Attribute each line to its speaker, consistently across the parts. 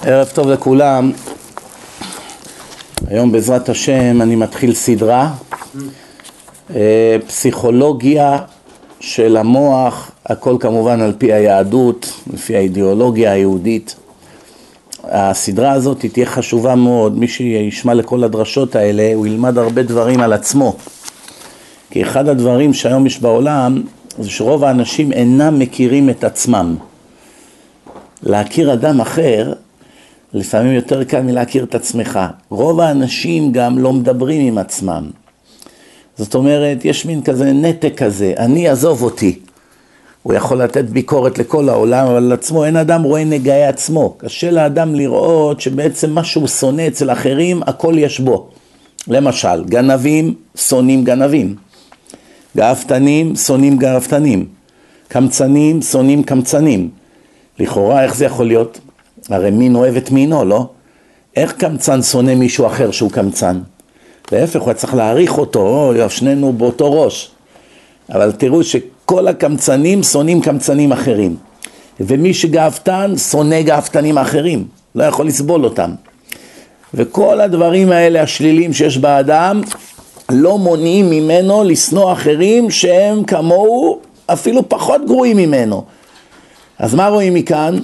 Speaker 1: ערב טוב לכולם. היום בעזרת השם אני מתחיל סדרה פסיכולוגיה של המוח, הכל כמובן על פי היהדות, לפי האידיאולוגיה היהודית. הסדרה הזאת תהיה חשובה מאוד, מי שישמע לכל הדרשות האלה הוא ילמד הרבה דברים על עצמו, כי אחד הדברים שהיום יש בעולם זה שרוב האנשים אינם מכירים את עצמם. להכיר אדם אחר לפעמים יותר קל מלהכיר את עצמך. רוב האנשים גם לא מדברים עם עצמם. זאת אומרת, יש מין כזה נתק כזה, אני עזוב אותי. הוא יכול לתת ביקורת לכל העולם, אבל לעצמו אין אדם רואה נגעי עצמו. קשה לאדם לראות שבעצם מה שהוא שונא אצל אחרים, הכל יש בו. למשל, גנבים שונאים גנבים. גאוותנים שונאים גאוותנים. קמצנים שונאים קמצנים. לכאורה, איך זה יכול להיות? הרי מין אוהב את מינו, לא? איך קמצן שונא מישהו אחר שהוא קמצן? להפך, הוא צריך להעריך אותו, שנינו באותו ראש. אבל תראו שכל הקמצנים שונאים קמצנים אחרים. ומי שגאוותן שונא גאוותנים אחרים. לא יכול לסבול אותם. וכל הדברים האלה השלילים שיש באדם, לא מונעים ממנו לשנוא אחרים שהם כמוהו אפילו פחות גרועים ממנו. אז מה רואים מכאן?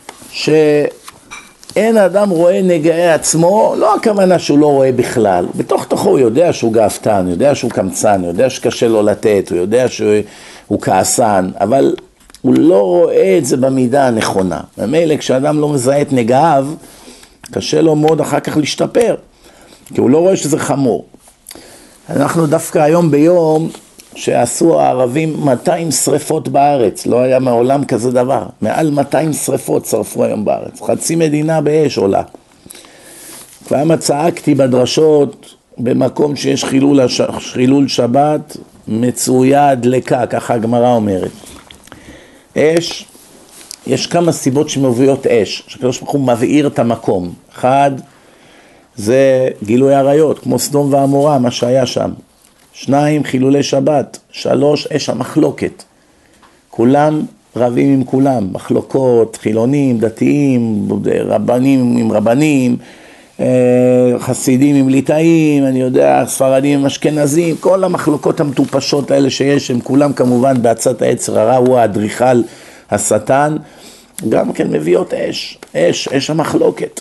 Speaker 1: שאין אדם רואה נגעי עצמו, לא הכוונה שהוא לא רואה בכלל. בתוך תוכו הוא יודע שהוא גאוותן, הוא יודע שהוא קמצן, הוא יודע שקשה לו לתת, הוא יודע שהוא כעסן, אבל הוא לא רואה את זה במידה הנכונה. ממילא כשאדם לא מזהה את נגעיו, קשה לו מאוד אחר כך להשתפר, כי הוא לא רואה שזה חמור. אנחנו דווקא היום ביום שעשו הערבים 200 שריפות בארץ, לא היה מעולם כזה דבר, מעל 200 שריפות שרפו היום בארץ, חצי מדינה באש עולה. פעם צעקתי בדרשות, במקום שיש חילול שבת, מצויה דלקה, ככה הגמרא אומרת. אש, יש כמה סיבות שמביאות אש, שקדוש ברוך הוא מבעיר את המקום. אחד, זה גילוי עריות, כמו סדום ועמורה, מה שהיה שם. 2, חילולי שבת. 3, אש המחלוקת. כולם רבים עם כולם, מחלוקות, חילונים, דתיים, רבנים עם רבנים, חסידים עם ליטאים, אני יודע, ספרדים עם אשכנזים, כל המחלוקות המטופשות האלה שיש, הם כולם כמובן בעצת היצר הרע, הוא האדריכל השטן, גם כן מביאות אש, אש המחלוקת.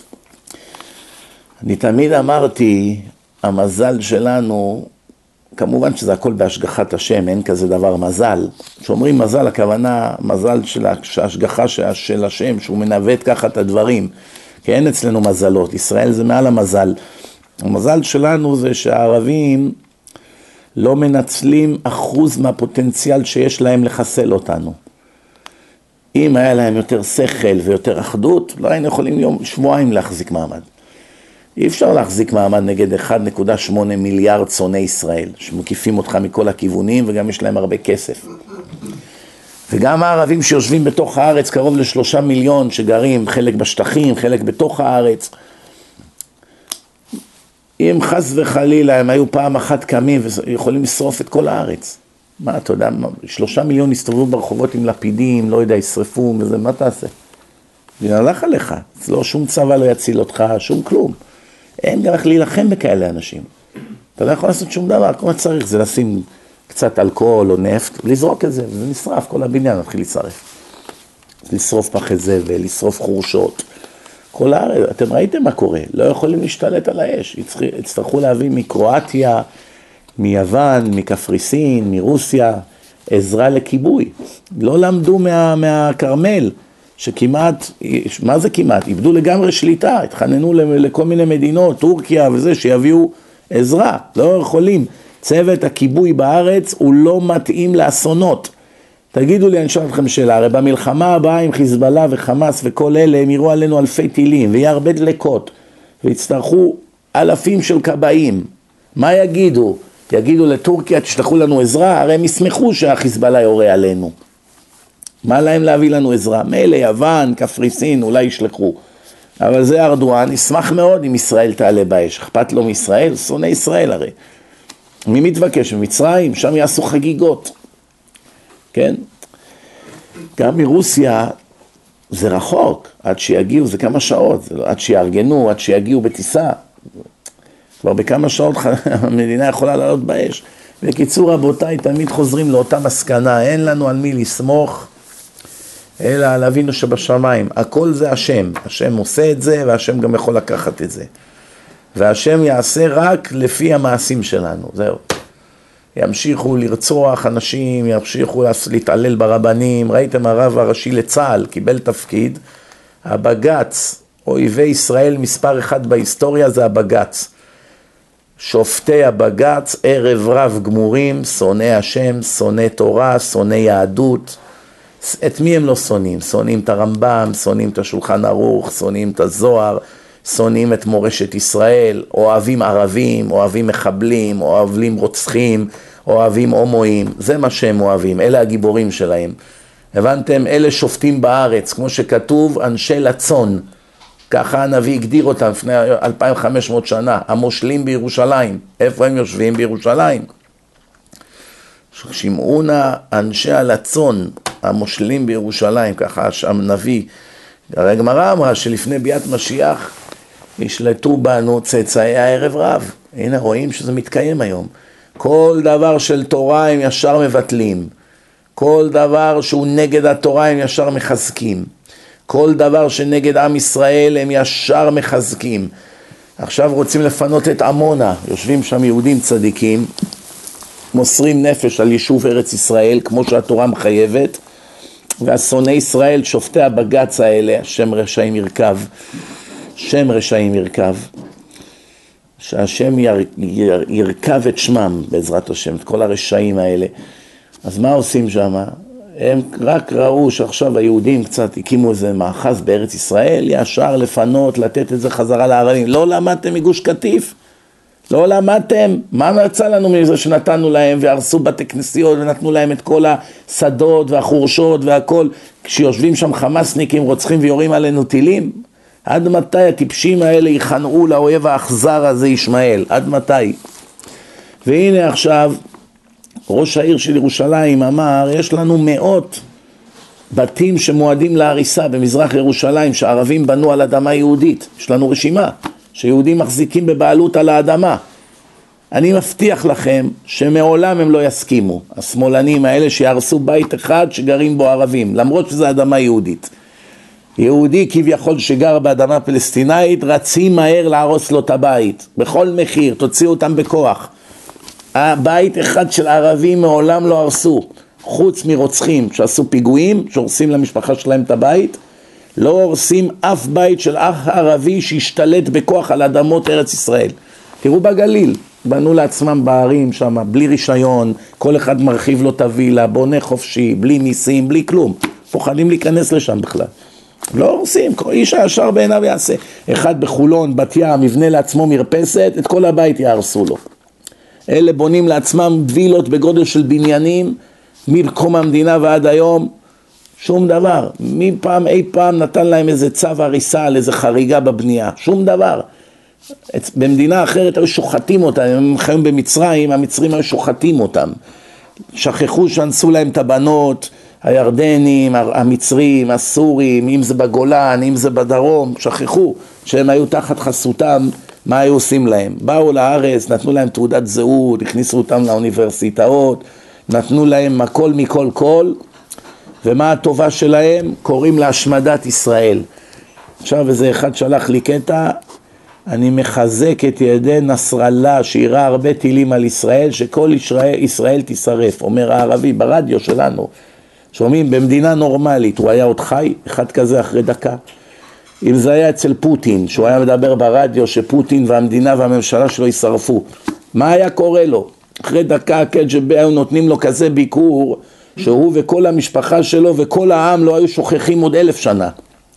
Speaker 1: אני תמיד אמרתי, המזל שלנו, כמובן שזה הכל בהשגחת השם, אין כזה דבר מזל. כשאומרים מזל, הכוונה מזל של ההשגחה של השם, שהוא מנווט ככה את הדברים. כי אין אצלנו מזלות, ישראל זה מעל המזל. המזל שלנו זה שהערבים לא מנצלים 1% מהפוטנציאל שיש להם לחסל אותנו. אם היה להם יותר שכל ויותר אחדות, לא היינו יכולים שבועיים להחזיק מעמד. אי אפשר להחזיק מעמד נגד 1.8 מיליארד שונאי ישראל, שמקיפים אותך מכל הכיוונים וגם יש להם הרבה כסף. וגם הערבים שיושבים בתוך הארץ, קרוב ל3 מיליון שגרים, חלק בשטחים, חלק בתוך הארץ. אם חס וחלילה הם היו פעם אחת קמים ויכולים לשרוף את כל הארץ. מה אתה יודע, 3 מיליון יסתובבו ברחובות עם לפידים, לא יודע, ישרפו, וזה, מה תעשה? ינלך עליך, לא שום צבא לא יציל אותך, שום כלום. אין גם איך להילחם בכאלה אנשים. אתה לא יכול לעשות שום דבר, כל מה צריך זה לשים קצת אלכוהול או נפט, לזרוק את זה, וזה נשרף, כל הבניין מתחיל להצטרף. לשרוף פחי זבל, לשרוף חורשות. כל הארץ, אתם ראיתם מה קורה, לא יכולים להשתלט על האש, יצטרכו להביא מקרואטיה, מיוון, מקפריסין, מרוסיה, עזרה לכיבוי. לא למדו מהקרמל, שכמעט, מה זה כמעט? איבדו לגמרי שליטה, התחננו לכל מיני מדינות, טורקיה וזה, שיביאו עזרה, לא יכולים. צוות הכיבוי בארץ הוא לא מתאים לאסונות. תגידו לי, אני שואל אתכם שאלה, הרי במלחמה הבאה עם חיזבאללה וחמאס וכל אלה, הם יראו עלינו אלפי טילים, ויהיה הרבה דלקות, ויצטרכו אלפים של כבאים. מה יגידו? יגידו לטורקיה, תשלחו לנו עזרה, הרי הם ישמחו שהחיזבאללה יורה עלינו. מה להם להביא לנו עזרה? מילא, יוון, קפריסין, אולי ישלחו. אבל זה ארדואן, ישמח מאוד אם ישראל תעלה באש. אכפת לו מישראל? שונא ישראל הרי. מי מתבקש? במצרים, שם יעשו חגיגות. כן? גם מרוסיה זה רחוק, עד שיגיעו, זה כמה שעות, עד שיארגנו, עד שיגיעו בטיסה, כבר בכמה שעות המדינה יכולה לעלות באש. בקיצור רבותיי, תמיד חוזרים לאותה מסקנה, אין לנו על מי לסמוך, אלא על אבינו שבשמיים. הכל זה השם, השם עושה את זה, והשם גם יכול לקחת את זה. והשם יעשה רק לפי המעשים שלנו, זהו. ימשיכו לרצוח אנשים, ימשיכו להתעלל ברבנים. ראיתם הרב הראשי לצה"ל, קיבל תפקיד, הבג"ץ, אויבי ישראל מספר אחד בהיסטוריה זה הבג"ץ. שופטי הבג"ץ, ערב רב גמורים, שונאי השם, שונאי תורה, שונאי יהדות. את מי הם לא שונאים? שונאים את הרמב"ם, שונאים את השולחן ערוך, שונאים את הזוהר, שונאים את מורשת ישראל, אוהבים ערבים, אוהבים מחבלים, אוהבים רוצחים, אוהבים הומואים, זה מה שהם אוהבים, אלה הגיבורים שלהם. הבנתם? אלה שופטים בארץ, כמו שכתוב, אנשי לצון, ככה הנביא הגדיר אותם לפני 2500 שנה, המושלים בירושלים. איפה הם יושבים? בירושלים. שמעונה אנשי הלצון, המושלים בירושלים, ככה הנביא. הרי הגמרא אמרה שלפני ביאת משיח ישלטו בנו צאצאי הערב רב. הנה רואים שזה מתקיים היום. כל דבר של תורה הם ישר מבטלים. כל דבר שהוא נגד התורה הם ישר מחזקים. כל דבר שנגד עם ישראל הם ישר מחזקים. עכשיו רוצים לפנות את עמונה. יושבים שם יהודים צדיקים, מוסרים נפש על יישוב ארץ ישראל כמו שהתורה מחייבת. והשונאי ישראל, שופטי הבג"ץ האלה, שם רשעים ירכב. שם רשעים ירכב. שהשם ירכב את שמם בעזרת השם, את כל הרשעים האלה. אז מה עושים שם? הם רק ראו שעכשיו היהודים קצת הקימו איזה מאחז בארץ ישראל, ישר לפנות, לתת את זה חזרה לערבים. לא למדתם מגוש קטיף? לא למדתם? מה מצא לנו מזה שנתנו להם והרסו בתי כנסיות ונתנו להם את כל השדות והחורשות והכל, כשיושבים שם חמאסניקים רוצחים ויורים עלינו טילים? עד מתי הטיפשים האלה יכנעו לאויב האכזר הזה ישמעאל? עד מתי? והנה עכשיו ראש העיר של ירושלים אמר, יש לנו מאות בתים שמועדים להריסה במזרח ירושלים שערבים בנו על אדמה יהודית. יש לנו רשימה שיהודים מחזיקים בבעלות על האדמה. אני מבטיח לכם שמעולם הם לא יסכימו, השמאלנים האלה שירסו בית אחד שגרים בו ערבים, למרות שזה אדמה יהודית. יהודי כביכול שגר באדמה פלסטינאית, רצים מהר להרוס לו את הבית, בכל מחיר, תוציאו אותם בכוח. הבית אחד של ערבים מעולם לא הרסו, חוץ מרוצחים שעשו פיגועים, שהורסים למשפחה שלהם את הבית, לא הורסים אף בית של אח ערבי שהשתלט בכוח על אדמות ארץ ישראל. תראו בגליל, בנו לעצמם בערים שם, בלי רישיון, כל אחד מרחיב לו את הווילה, בונה חופשי, בלי מיסים, בלי כלום. פוחדים להיכנס לשם בכלל. לא הורסים, איש הישר בעיניו יעשה. אחד בחולון, בת ים, מבנה לעצמו מרפסת, את כל הבית יהרסו לו. אלה בונים לעצמם וילות בגודל של בניינים, מקום המדינה ועד היום, שום דבר. אי פעם נתן להם איזה צו הריסה על איזה חריגה בבנייה, שום דבר. במדינה אחרת היו שוחטים אותם, הם חיים במצרים, המצרים היו שוחטים אותם. שכחו שאנסו להם את הבנות, הירדנים, המצרים, הסורים, אם זה בגולן, אם זה בדרום, שכחו שהם היו תחת חסותם, מה היו עושים להם? באו לארץ, נתנו להם תעודת זהות, הכניסו אותם לאוניברסיטאות, נתנו להם הכל מכל כל, ומה הטובה שלהם? קוראים להשמדת ישראל. עכשיו איזה אחד שלח לי קטע, אני מחזק את ידי נסראללה שירה הרבה טילים על ישראל, שכל ישראל תשרף, אומר הערבי ברדיו שלנו. שומעים, במדינה נורמלית, הוא היה עוד חי, אחד כזה אחרי דקה. אם זה היה אצל פוטין, שהוא היה מדבר ברדיו שפוטין והמדינה והממשלה שלו יישרפו, מה היה קורה לו? אחרי דקה הקג"ב היו נותנים לו כזה ביקור, שהוא וכל המשפחה שלו וכל העם לא היו שוכחים עוד 1000 שנה.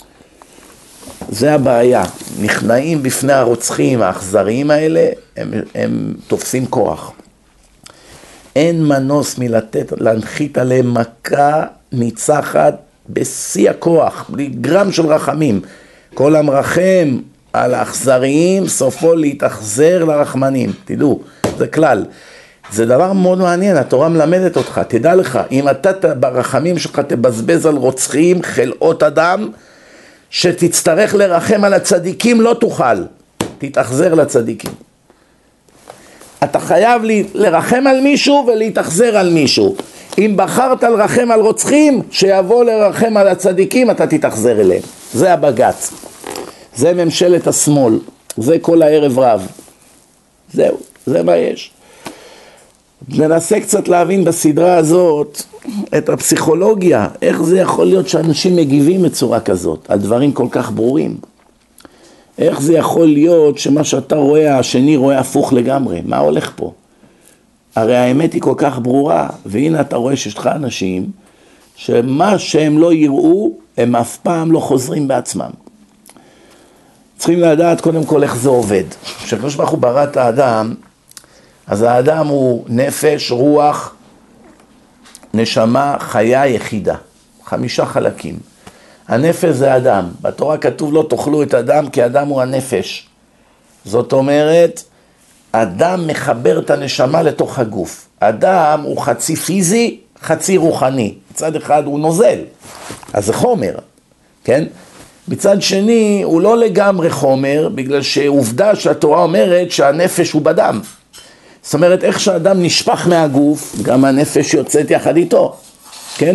Speaker 1: זה הבעיה, נכנעים בפני הרוצחים האכזריים האלה, הם תופסים כוח. אין מנוס להנחית עליהם מכה ניצחת בשיא הכוח, בלי גרם של רחמים. כל המרחם על האכזריים סופו להתאכזר לרחמנים, תדעו, זה כלל. זה דבר מאוד מעניין, התורה מלמדת אותך, תדע לך, אם אתה ברחמים שלך תבזבז על רוצחים, חלאות אדם, שתצטרך לרחם על הצדיקים לא תוכל, תתאכזר לצדיקים. אתה חייב לרחם על מישהו ולהתאכזר על מישהו. אם בחרת לרחם על רוצחים, שיבוא לרחם על הצדיקים, אתה תתאכזר אליהם. זה הבג"ץ, זה ממשלת השמאל, זה כל הערב רב. זהו, זה מה יש. ננסה קצת להבין בסדרה הזאת את הפסיכולוגיה, איך זה יכול להיות שאנשים מגיבים בצורה כזאת, על דברים כל כך ברורים. איך זה יכול להיות שמה שאתה רואה, השני רואה הפוך לגמרי, מה הולך פה? הרי האמת היא כל כך ברורה, והנה אתה רואה שיש לך אנשים, שמה שהם לא יראו, הם אף פעם לא חוזרים בעצמם. צריכים לדעת קודם כל איך זה עובד. כשהקדוש ברוך הוא ברא את האדם, אז האדם הוא נפש, רוח, נשמה, חיה, יחידה. 5 חלקים. הנפש זה אדם. בתורה כתוב לא תאכלו את אדם, כי אדם הוא הנפש. זאת אומרת, אדם מחבר את הנשמה לתוך הגוף. אדם הוא חצי פיזי, חצי רוחני. מצד אחד הוא נוזל, אז זה חומר, כן? מצד שני הוא לא לגמרי חומר, בגלל שעובדה שהתורה אומרת שהנפש הוא בדם. זאת אומרת, איך שהאדם נשפך מהגוף, גם הנפש יוצאת יחד איתו, כן?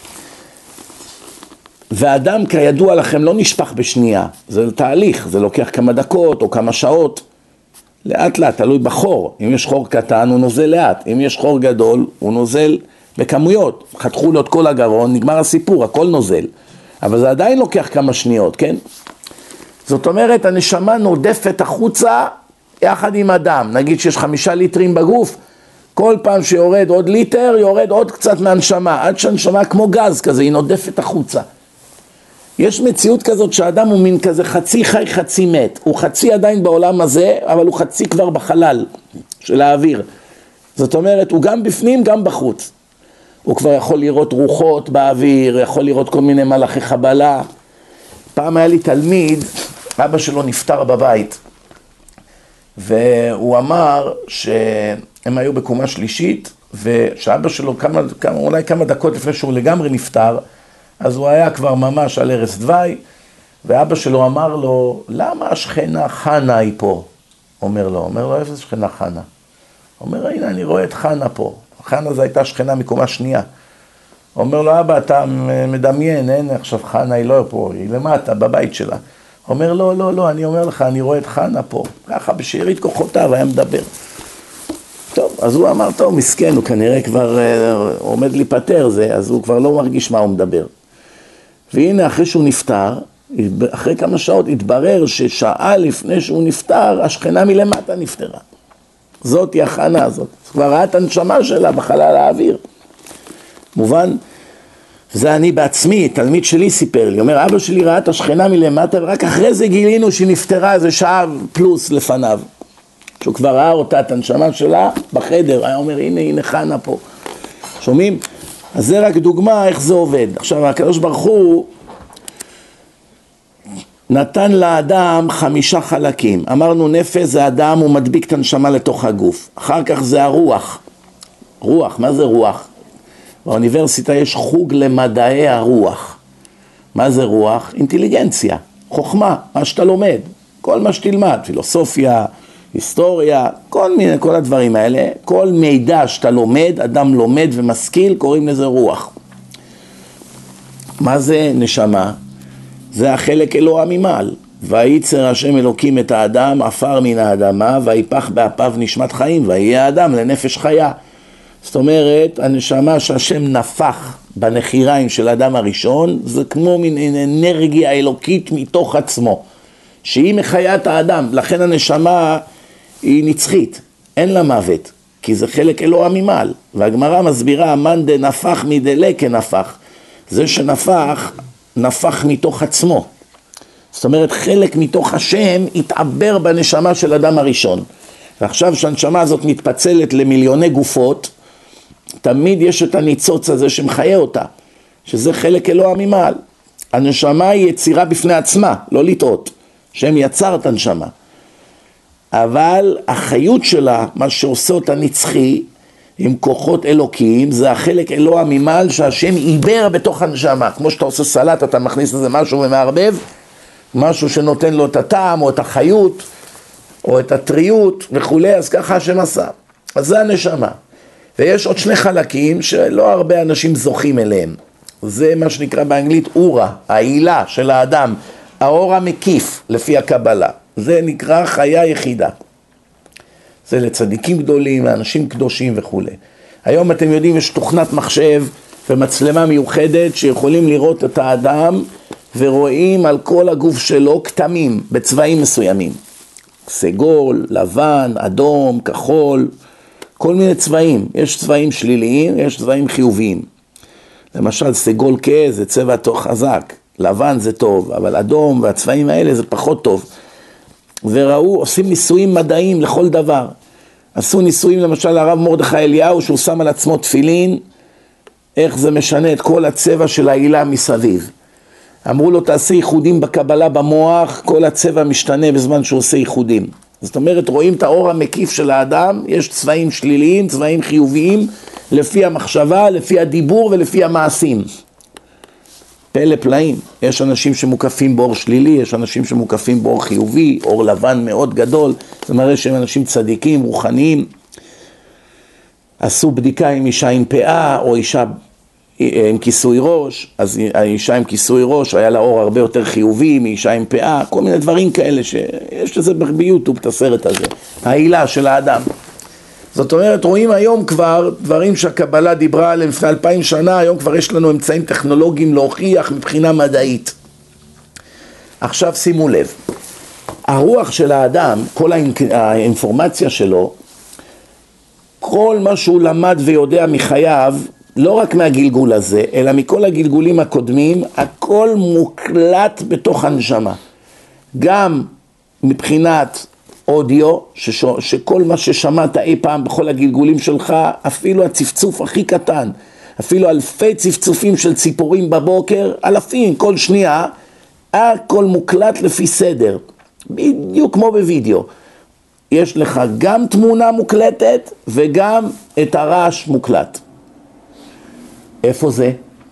Speaker 1: והאדם כידוע לכם לא נשפך בשנייה, זה תהליך, זה לוקח כמה דקות או כמה שעות, לאט לאט, תלוי בחור. אם יש חור קטן הוא נוזל לאט, אם יש חור גדול הוא נוזל בכמויות, חתכו לו את כל הגרון, נגמר הסיפור, הכל נוזל, אבל זה עדיין לוקח כמה שניות, כן? זאת אומרת, הנשמה נודפת החוצה יחד עם הדם. נגיד שיש 5 ליטרים בגוף, כל פעם שיורד עוד ליטר, יורד עוד קצת מהנשמה, עד שהנשמה כמו גז כזה, היא נודפת החוצה. יש מציאות כזאת שהאדם הוא מין כזה חצי חי, חצי מת. הוא חצי עדיין בעולם הזה, אבל הוא חצי כבר בחלל של האוויר. זאת אומרת, הוא גם בפנים, גם בחוץ. הוא כבר יכול לראות רוחות באוויר, יכול לראות כל מיני מלאכי חבלה. פעם היה לי תלמיד, אבא שלו נפטר בבית, והוא אמר שהם היו בקומה שלישית, ושאבא שלו אולי כמה דקות לפני שהוא לגמרי נפטר, אז הוא היה כבר ממש על ערש דווי, ואבא שלו אמר לו, למה השכנה חנה היא פה? אומר לו, איפה זה שכנה חנה? אומר, הנה אני רואה את חנה פה. חנה זו הייתה שכנה מקומה שנייה. אומר לו, אבא, אתה מדמיין, אין עכשיו חנה היא לא פה, היא למטה, בבית שלה. אומר לו, לא, אני אומר לך, אני רואה את חנה פה. ככה בשארית כוחותיו היה מדבר. טוב, אז הוא אמר, טוב, מסכן, הוא כנראה כבר עומד להיפטר זה, אז הוא כבר לא מרגיש מה הוא מדבר. והנה, אחרי שהוא נפטר, אחרי כמה שעות התברר ששעה לפני שהוא נפטר, השכנה מלמטה נפטרה. זאת היא החנה הזאת. כבר ראה את הנשמה שלה בחלל האוויר. מובן? זה אני בעצמי, תלמיד שלי סיפר לי, אומר, אבא שלי ראה את השכנה מלמטה, ורק אחרי זה גילינו שהיא נפטרה איזה שעה פלוס לפניו. שהוא כבר ראה אותה, את הנשמה שלה בחדר, היה אומר, הנה חנה פה. שומעים? אז זה רק דוגמה איך זה עובד. עכשיו, הקדוש ברוך הוא נתן לאדם 5 חלקים. אמרנו נפש זה אדם, הוא מדביק את הנשמה לתוך הגוף. אחר כך זה הרוח. רוח, מה זה רוח? באוניברסיטה יש חוג למדעי הרוח. מה זה רוח? אינטליגנציה, חוכמה, מה שאתה לומד. כל מה שתלמד, פילוסופיה, היסטוריה, כל הדברים האלה, כל מידע שאתה לומד, אדם לומד ומשכיל, קוראים לזה רוח. מה זה נשמה? זה החלק אלוה ממעל. וייצר השם אלוקים את האדם, עפר מן האדמה, ויפח באפיו נשמת חיים, ויהיה האדם לנפש חיה. זאת אומרת, הנשמה שהשם נפח בנחיריים של האדם הראשון, זה כמו מין אנרגיה אלוקית מתוך עצמו, שהיא מחיה את האדם. לכן הנשמה היא נצחית, אין לה מוות, כי זה חלק אלוה ממעל. והגמרא מסבירה, מן דנפח מדלה כנפח. זה שנפח, נפח מתוך עצמו. זאת אומרת, חלק מתוך השם התעבר בנשמה של אדם הראשון. ועכשיו שהנשמה הזאת מתפצלת למיליוני גופות, תמיד יש את הניצוץ הזה שמחיה אותה, שזה חלק אלוה ממעל. הנשמה היא יצירה בפני עצמה, לא לטעות. שם יצר את הנשמה. אבל החיות שלה, מה שעושה אותה נצחי, עם כוחות אלוקיים, זה החלק אלוה ממעל שהשם עיבר בתוך הנשמה. כמו שאתה עושה סלט, אתה מכניס לזה משהו ומערבב, משהו שנותן לו את הטעם או את החיות או את הטריות וכולי, אז ככה השם עשה. אז זה הנשמה. ויש עוד שני חלקים שלא הרבה אנשים זוכים אליהם. זה מה שנקרא באנגלית אורה, העילה של האדם, האור המקיף לפי הקבלה. זה נקרא חיה יחידה. זה לצדיקים גדולים, לאנשים קדושים וכו'. היום אתם יודעים, יש תוכנת מחשב ומצלמה מיוחדת שיכולים לראות את האדם ורואים על כל הגוף שלו כתמים בצבעים מסוימים. סגול, לבן, אדום, כחול, כל מיני צבעים. יש צבעים שליליים, יש צבעים חיוביים. למשל סגול זה צבע חזק, לבן זה טוב, אבל אדום והצבעים האלה זה פחות טוב. וראו, עושים ניסויים מדעיים לכל דבר. עשו ניסויים למשל לרב מרדכי אליהו שהוא שם על עצמו תפילין, איך זה משנה את כל הצבע של העילה מסביב. אמרו לו תעשה ייחודים בקבלה במוח, כל הצבע משתנה בזמן שהוא עושה ייחודים. זאת אומרת רואים את האור המקיף של האדם, יש צבעים שליליים, צבעים חיוביים, לפי המחשבה, לפי הדיבור ולפי המעשים. פלא פלאים, יש אנשים שמוקפים באור שלילי, יש אנשים שמוקפים באור חיובי, אור לבן מאוד גדול, זה מראה שהם אנשים צדיקים, רוחניים. עשו בדיקה עם אישה עם פאה או אישה עם כיסוי ראש, אז האישה עם כיסוי ראש היה לה אור הרבה יותר חיובי מאישה עם פאה, כל מיני דברים כאלה שיש לזה ביוטיוב את הסרט הזה, העילה של האדם. זאת אומרת, רואים היום כבר דברים שהקבלה דיברה עליהם לפני 2000 שנה, היום כבר יש לנו אמצעים טכנולוגיים להוכיח מבחינה מדעית. עכשיו שימו לב, הרוח של האדם, כל האינפורמציה שלו, כל מה שהוא למד ויודע מחייו, לא רק מהגלגול הזה, אלא מכל הגלגולים הקודמים, הכל מוקלט בתוך הנשמה. גם מבחינת אודיו, שכל מה ששמעת אי פעם בכל הגלגולים שלך, אפילו הצפצוף הכי קטן, אפילו אלפי צפצופים של ציפורים בבוקר, אלפים, כל שנייה, הכל מוקלט לפי סדר, בדיוק כמו בווידאו. יש לך גם תמונה מוקלטת וגם את הרעש מוקלט. איפה זה?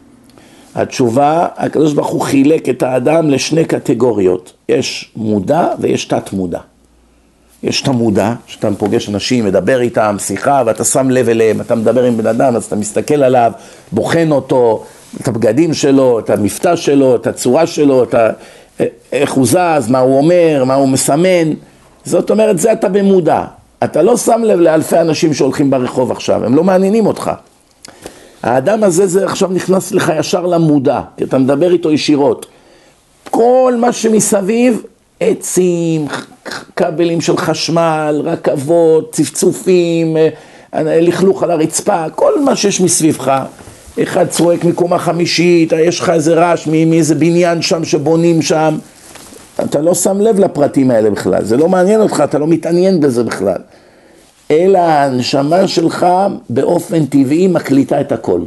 Speaker 1: התשובה, הקדוש ברוך הוא חילק את האדם לשני קטגוריות. יש מודע ויש תת מודע. יש את המודע, שאתה פוגש אנשים, מדבר איתם, שיחה, ואתה שם לב אליהם, אתה מדבר עם בן אדם, אז אתה מסתכל עליו, בוחן אותו, את הבגדים שלו, את המבטא שלו, את הצורה שלו, איך הוא זז, מה הוא אומר, מה הוא מסמן. זאת אומרת, זה אתה במודע. אתה לא שם לב לאלפי אנשים שהולכים ברחוב עכשיו, הם לא מעניינים אותך. האדם הזה זה עכשיו נכנס לך ישר למודע, כי אתה מדבר איתו ישירות. כל מה שמסביב, עצים, כבלים של חשמל, רכבות, צפצופים, לכלוך על הרצפה, כל מה שיש מסביבך. אחד צועק מקומה חמישית, יש לך איזה רעש מאיזה בניין שם שבונים שם. אתה לא שם לב לפרטים האלה בכלל, זה לא מעניין אותך, אתה לא מתעניין בזה בכלל. אלא הנשמה שלך באופן טבעי מקליטה את הכל.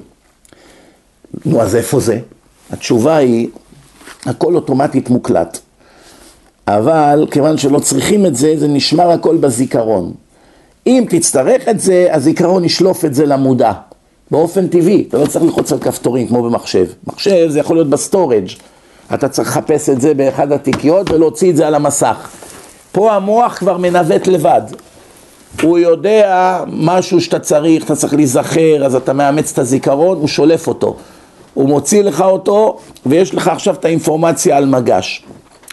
Speaker 1: נו, אז איפה זה? התשובה היא, הכל אוטומטית מוקלט. אבל כיוון שלא צריכים את זה, זה נשמר הכל בזיכרון. אם תצטרך את זה, הזיכרון ישלוף את זה למודע. באופן טבעי, אתה לא צריך ללחוץ על כפתורים כמו במחשב. מחשב זה יכול להיות בסטורג'. אתה צריך לחפש את זה באחד התיקיות ולהוציא את זה על המסך. פה המוח כבר מנווט לבד. הוא יודע משהו שאתה צריך להיזכר, אז אתה מאמץ את הזיכרון, הוא שולף אותו. הוא מוציא לך אותו, ויש לך עכשיו את האינפורמציה על מגש.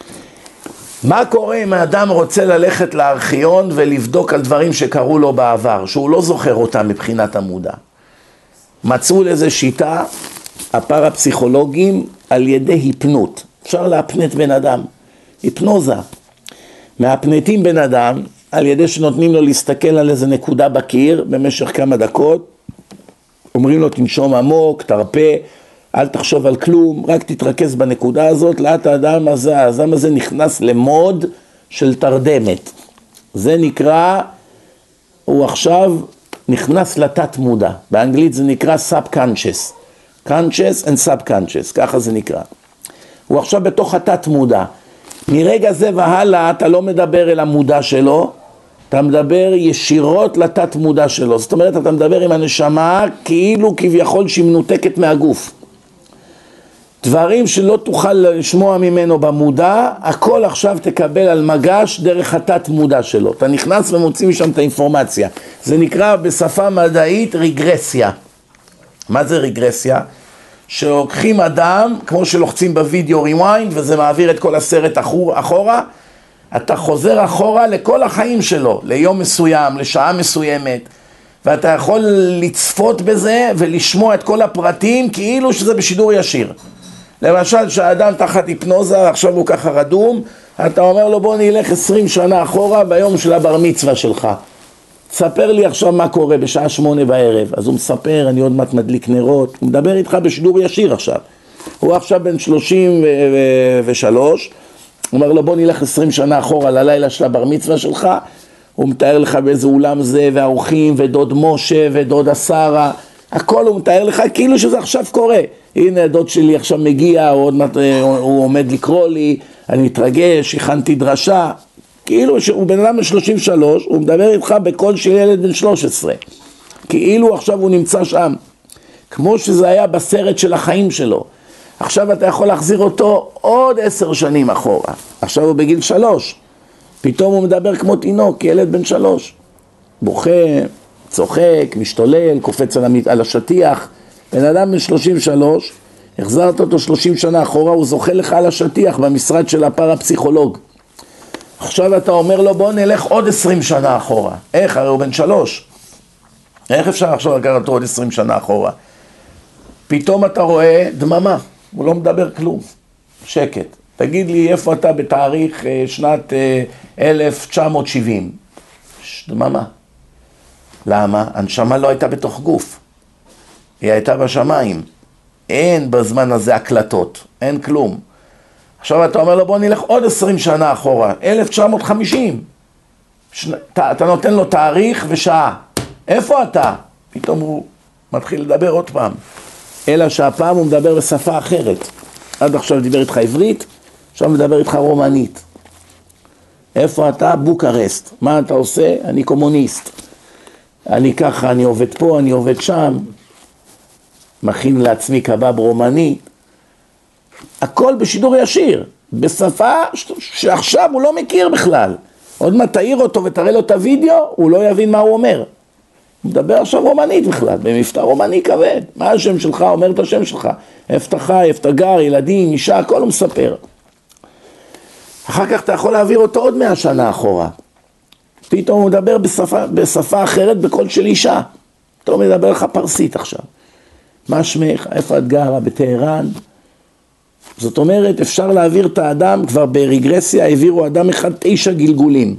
Speaker 1: מה קורה אם האדם רוצה ללכת לארכיון ולבדוק על דברים שקרו לו בעבר, שהוא לא זוכר אותם מבחינת המודע? מצאו לזה שיטה, הפרפסיכולוגים, על ידי היפנות. אפשר להפנט בן אדם, היפנוזה. מהפנטים בן אדם, על ידי שנותנים לו להסתכל על איזה נקודה בקיר במשך כמה דקות, אומרים לו תנשום עמוק, תרפה, אל תחשוב על כלום, רק תתרכז בנקודה הזאת, לאט האדם הזה נכנס למוד של תרדמת. זה נקרא, הוא עכשיו נכנס לתת מודע, באנגלית זה נקרא subconscious, conscious and subconscious, ככה זה נקרא. הוא עכשיו בתוך התת מודע, מרגע זה והלאה אתה לא מדבר אל המודע שלו, אתה מדבר ישירות לתת מודע שלו, זאת אומרת אתה מדבר עם הנשמה כאילו כביכול שהיא מנותקת מהגוף. דברים שלא תוכל לשמוע ממנו במודע, הכל עכשיו תקבל על מגש דרך התת מודע שלו. אתה נכנס ומוציא משם את האינפורמציה. זה נקרא בשפה מדעית רגרסיה. מה זה רגרסיה? שלוקחים אדם, כמו שלוחצים בווידאו ריוויינד, וזה מעביר את כל הסרט אחורה, אתה חוזר אחורה לכל החיים שלו, ליום מסוים, לשעה מסוימת, ואתה יכול לצפות בזה ולשמוע את כל הפרטים כאילו שזה בשידור ישיר. למשל, שהאדם תחת היפנוזה, עכשיו הוא ככה רדום, אתה אומר לו בוא נלך 20 שנה אחורה ביום של הבר מצווה שלך. תספר לי עכשיו מה קורה בשעה 8 בערב. אז הוא מספר, אני עוד מעט מדליק נרות, הוא מדבר איתך בשידור ישיר עכשיו. הוא עכשיו בן 33, הוא אומר לו בוא נלך 20 שנה אחורה ללילה של הבר מצווה שלך, הוא מתאר לך באיזה אולם זה, והאורחים, ודוד משה, ודוד השרה, הכל הוא מתאר לך כאילו שזה עכשיו קורה. הנה דוד שלי עכשיו מגיע, הוא עומד לקרוא לי, אני מתרגש, הכנתי דרשה, כאילו הוא בן אדם ב-33, הוא מדבר איתך בקול של ילד בן 13, כאילו עכשיו הוא נמצא שם, כמו שזה היה בסרט של החיים שלו. עכשיו אתה יכול להחזיר אותו עוד 10 שנים אחורה, עכשיו הוא בגיל 3, פתאום הוא מדבר כמו תינוק, ילד בן 3, בוכה, צוחק, משתולל, קופץ על השטיח. בן אדם בן 33, החזרת אותו 30 שנה אחורה, הוא זוכה לך על השטיח במשרד של הפרפסיכולוג. עכשיו אתה אומר לו בוא נלך עוד 20 שנה אחורה. איך? הרי הוא בן 3. איך אפשר עכשיו לקחת אותו עוד 20 שנה אחורה? פתאום אתה רואה דממה, הוא לא מדבר כלום, שקט. תגיד לי איפה אתה בתאריך שנת 1970? דממה. למה? הנשמה לא הייתה בתוך גוף, היא הייתה בשמיים, אין בזמן הזה הקלטות, אין כלום. עכשיו אתה אומר לו בוא נלך עוד 20 שנה אחורה, 1950, אתה נותן לו תאריך ושעה, איפה אתה? פתאום הוא מתחיל לדבר עוד פעם, אלא שהפעם הוא מדבר בשפה אחרת. עד עכשיו דיבר איתך עברית, עכשיו מדבר איתך רומנית. איפה אתה? בוקרשט. מה אתה עושה? אני קומוניסט. אני ככה, אני עובד פה, אני עובד שם, מכין לעצמי קבב רומני, הכל בשידור ישיר, בשפה שעכשיו הוא לא מכיר בכלל. עוד מה תאיר אותו ותראה לו את הוידאו, הוא לא יבין מה הוא אומר. הוא מדבר עכשיו רומנית בכלל, במבטא רומני כבד. מה השם שלך? אומר את השם שלך. איפה אתה חי, איפה אתה גר, ילדים, אישה, הכל הוא מספר. אחר כך אתה יכול להעביר אותו עוד 100 שנה אחורה. פתאום הוא מדבר בשפה אחרת, בקול של אישה. פתאום הוא מדבר לך פרסית עכשיו. מה שמך? איפה את גרה? בטהרן? זאת אומרת, אפשר להעביר את האדם, כבר ברגרסיה העבירו אדם אחד 9 גלגולים.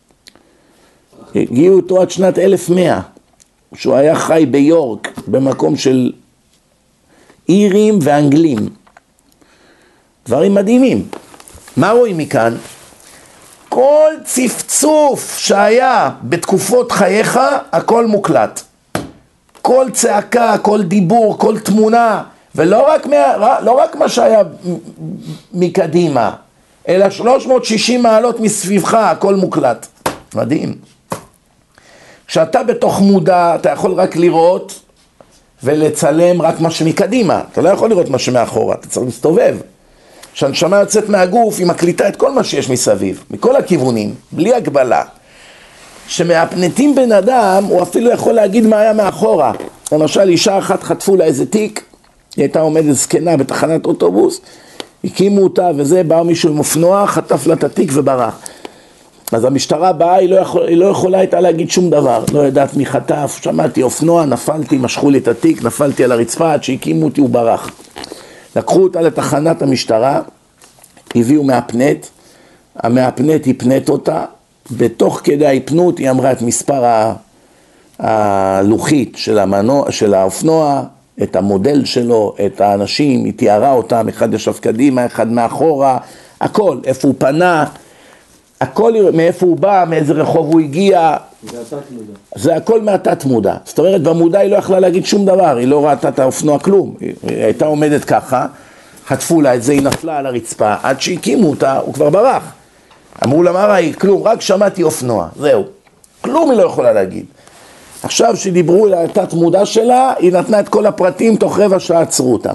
Speaker 1: הגיעו אותו עד שנת 1100, שהוא היה חי ביורק, במקום של אירים ואנגלים. דברים מדהימים. מה רואים מכאן? כל צפצוף שהיה בתקופות חייך, הכל מוקלט. כל צעקה, כל דיבור, כל תמונה, ולא רק מה שהיה מקדימה, אלא 360 מעלות מסביבך, הכל מוקלט. מדהים. כשאתה בתוך מודע, אתה יכול רק לראות ולצלם רק מה שמקדימה. אתה לא יכול לראות מה שמאחורה, אתה צריך להסתובב. כשהנשמה יוצאת מהגוף, היא מקליטה את כל מה שיש מסביב, מכל הכיוונים, בלי הגבלה. שמאפנטים בן אדם, הוא אפילו יכול להגיד מה היה מאחורה. למשל, אישה אחת חטפו לה איזה תיק, היא הייתה עומדת זקנה בתחנת אוטובוס, הקימו אותה וזה, בא מישהו עם אופנוע, חטף לה את התיק וברח. אז המשטרה באה, היא לא יכולה הייתה להגיד שום דבר, לא יודעת מי חטף, שמעתי אופנוע, נפלתי, משכו לי את התיק, נפלתי על הרצפה, עד שהקימו אותי הוא ברח. לקחו אותה לתחנת המשטרה, הביאו מאפנט, המאפנט הפנט אותה, בתוך כדי ההפנות היא אמרה את מספר הלוחית של האופנוע, את המודל שלו, את האנשים, היא תיארה אותם, אחד ישב קדימה, אחד מאחורה, הכל, איפה הוא פנה, הכל, מאיפה הוא בא, מאיזה רחוב הוא הגיע, זה הכל מהתת מודע. זאת אומרת, במודע היא לא יכלה להגיד שום דבר, היא לא ראתה את האופנוע כלום, היא הייתה עומדת ככה, חטפו לה את זה, היא נפלה על הרצפה, עד שהקימו אותה, הוא כבר ברח. אמרו לה, מה ראית? כלום, רק שמעתי אופנוע, זהו. כלום היא לא יכולה להגיד. עכשיו שדיברו על התת מודע שלה, היא נתנה את כל הפרטים, תוך רבע שעה עצרו אותם.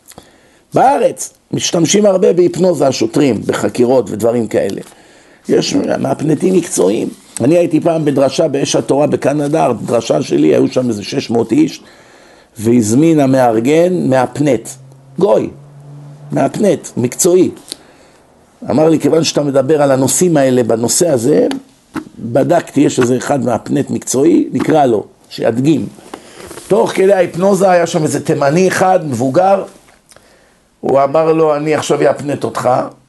Speaker 1: בארץ משתמשים הרבה בהיפנוזה השוטרים, בחקירות ודברים כאלה. יש מהפנטים מקצועיים. אני הייתי פעם בדרשה באש התורה בקנדה, דרשה שלי, היו שם איזה 600 איש, והזמין המארגן מהפנט, גוי, מהפנט, מקצועי. אמר לי, כיוון שאתה מדבר על הנושאים האלה, בנושא הזה, בדקתי, יש איזה אחד מהפנט מקצועי, נקרא לו, שידגים. תוך כדי ההיפנוזה היה שם איזה תימני אחד, מבוגר, הוא אמר לו, אני עכשיו יפנט אותך,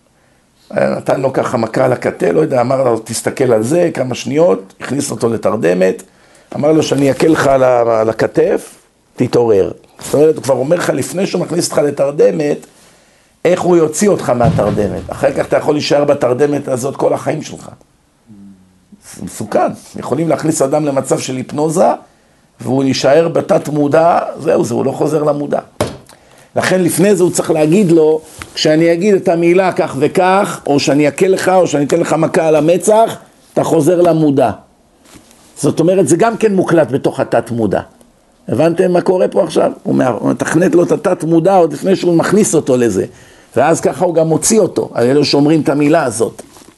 Speaker 1: נתן לו ככה מכה על הכתל, לא יודע, אמר לו, תסתכל על זה, כמה שניות, הכניס אותו לתרדמת, אמר לו שאני אקל לך על הכתף, תתעורר. זאת אומרת, הוא כבר אומר לך, לפני שהוא מכניס אותך לתרדמת, איך הוא יוציא אותך מהתרדמת. אחר כך אתה יכול להישאר בתרדמת הזאת כל החיים שלך. זה מסוכן. יכולים להכניס אדם למצב של היפנוזה, והוא יישאר בתת מודע, זהו, הוא לא חוזר למודע. לכן לפני זה הוא צריך להגיד לו, כשאני אגיד את המילה כך וכך, או שאני אקל לך, או שאני אתן לך מכה על המצח, אתה חוזר למודע. זאת אומרת, זה גם כן מוקלט בתוך התת מודע. הבנתם מה קורה פה עכשיו? הוא מתכנת לו את התת מודע עוד לפני שהוא מכניס אותו לזה. ואז ככה הוא גם מוציא אותו, על אלו שאומרים את המילה הזאת.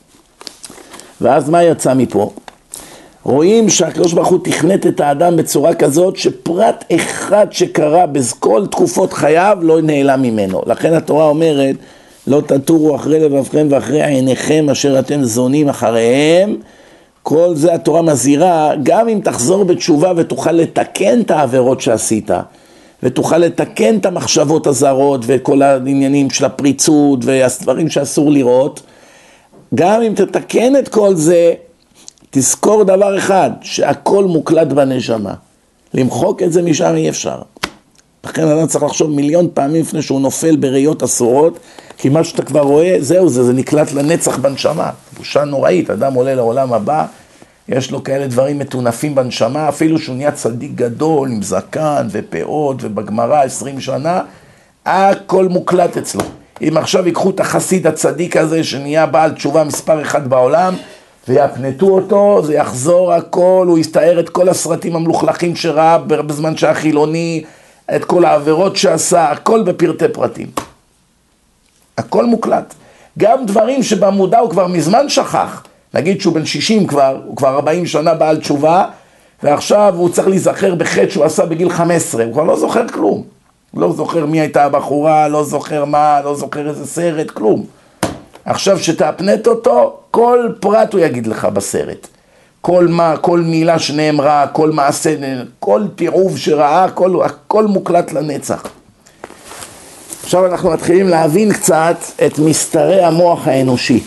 Speaker 1: ואז מה יצא מפה? רואים שהקדוש ברוך הוא תכנת את האדם בצורה כזאת שפרט אחד שקרה בכל תקופות חייו לא נעלם ממנו. לכן התורה אומרת, לא תטורו אחרי לבבכם ואחרי עיניכם אשר אתם זונים אחריהם. כל זה התורה מזהירה, גם אם תחזור בתשובה ותוכל לתקן את העבירות שעשית, ותוכל לתקן את המחשבות הזרות וכל העניינים של הפריצות והדברים שאסור לראות, גם אם תתקן את כל זה, תזכור דבר אחד, שהכל מוקלט בנשמה. למחוק את זה משם אי אפשר. לכן אדם צריך לחשוב מיליון פעמים לפני שהוא נופל בראיות אסורות, כי מה שאתה כבר רואה, זהו זה נקלט לנצח בנשמה. בושה נוראית, אדם עולה לעולם הבא, יש לו כאלה דברים מתונפים בנשמה, אפילו שהוא נהיה צדיק גדול, עם זקן ופאות ובגמרא 20 שנה, הכל מוקלט אצלו. אם עכשיו ייקחו את החסיד הצדיק הזה, שנהיה בעל תשובה מספר אחד בעולם, ויפנטו אותו, זה יחזור הכל, הוא יסתאר את כל הסרטים המלוכלכים שראה בזמן שהיה חילוני, את כל העבירות שעשה, הכל בפרטי פרטים. הכל מוקלט. גם דברים שבמודע הוא כבר מזמן שכח. נגיד שהוא בן 60 כבר, הוא כבר 40 שנה בעל תשובה, ועכשיו הוא צריך להיזכר בחטא שהוא עשה בגיל 15, הוא כבר לא זוכר כלום. לא זוכר מי הייתה הבחורה, לא זוכר מה, לא זוכר איזה סרט, כלום. עכשיו שתאפנט אותו, כל פרט הוא יגיד לך בסרט. כל מילה שנאמרה, כל מעשה, כל תיעוב שראה, הכל מוקלט לנצח. עכשיו אנחנו מתחילים להבין קצת את מסתרי המוח האנושי.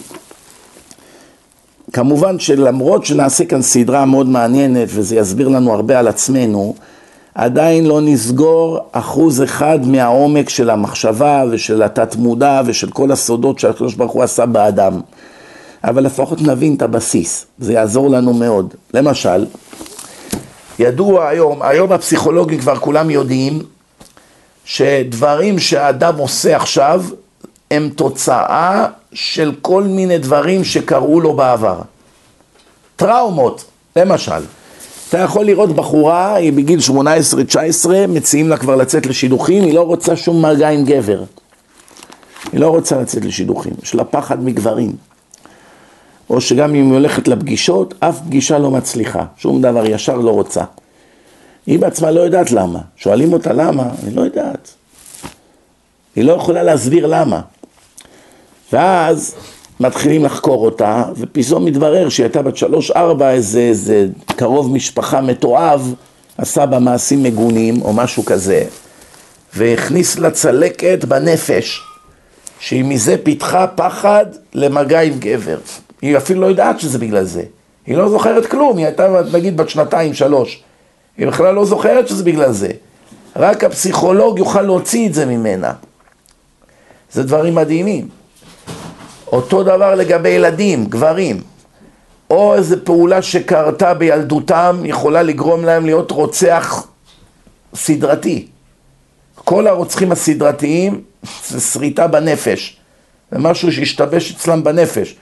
Speaker 1: כמובן שלמרות שנעשה כאן סדרה מאוד מעניינת, וזה יסביר לנו הרבה על עצמנו, עדיין לא נסגור 1% מהעומק של המחשבה ושל התת מודע ושל כל הסודות שהקדוש ברוך הוא עשה באדם. אבל לפחות נבין את הבסיס, זה יעזור לנו מאוד. למשל, ידוע היום הפסיכולוגים כבר כולם יודעים, שדברים שהאדם עושה עכשיו, הם תוצאה של כל מיני דברים שקראו לו בעבר. טראומות, למשל. אתה יכול לראות בחורה, היא בגיל 18-19, מציעים לה כבר לצאת לשידוכים, היא לא רוצה שום מגע עם גבר. היא לא רוצה לצאת לשידוכים, יש לה פחד מגברים. או שגם אם היא הולכת לפגישות, אף פגישה לא מצליחה, שום דבר ישר לא רוצה. היא בעצמה לא יודעת למה. שואלים אותה למה, היא לא יודעת. היא לא יכולה להסביר למה. ואז מתחילים לחקור אותה, ופתאום מתברר שהיא הייתה בת 3-4, איזה קרוב משפחה מתועב, עשה בה מעשים מגונים או משהו כזה, והכניס לה צלקת בנפש, שהיא מזה פיתחה פחד למגע עם גבר. היא אפילו לא יודעת שזה בגלל זה. היא לא זוכרת כלום, היא הייתה נגיד בת 2-3. היא בכלל לא זוכרת שזה בגלל זה. רק הפסיכולוג יוכל להוציא את זה ממנה. זה דברים מדהימים. אותו דבר לגבי ילדים, גברים. או איזו פעולה שקרתה בילדותם יכולה לגרום להם להיות רוצח סדרתי. כל הרוצחים הסדרתיים זה שריטה בנפש. זה משהו שהשתבש אצלם בנפש.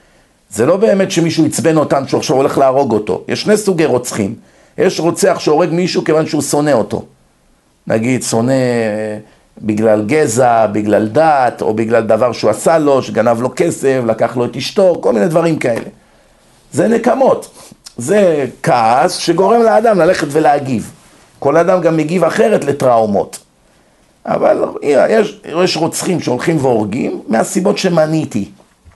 Speaker 1: זה לא באמת שמישהו יצבן אותם שהוא עכשיו הולך להרוג אותו. יש שני סוגי רוצחים. יש רוצח שהורג מישהו כיוון שהוא שונא אותו. נגיד, שונא בגלל גזע, בגלל דת, או בגלל דבר שהוא עשה לו, שגנב לו כסף, לקח לו את אשתו, כל מיני דברים כאלה. זה נקמות. זה כעס שגורם לאדם ללכת ולהגיב. כל אדם גם מגיב אחרת לטראומות. אבל יש רוצחים שהולכים והורגים מהסיבות שמניתי.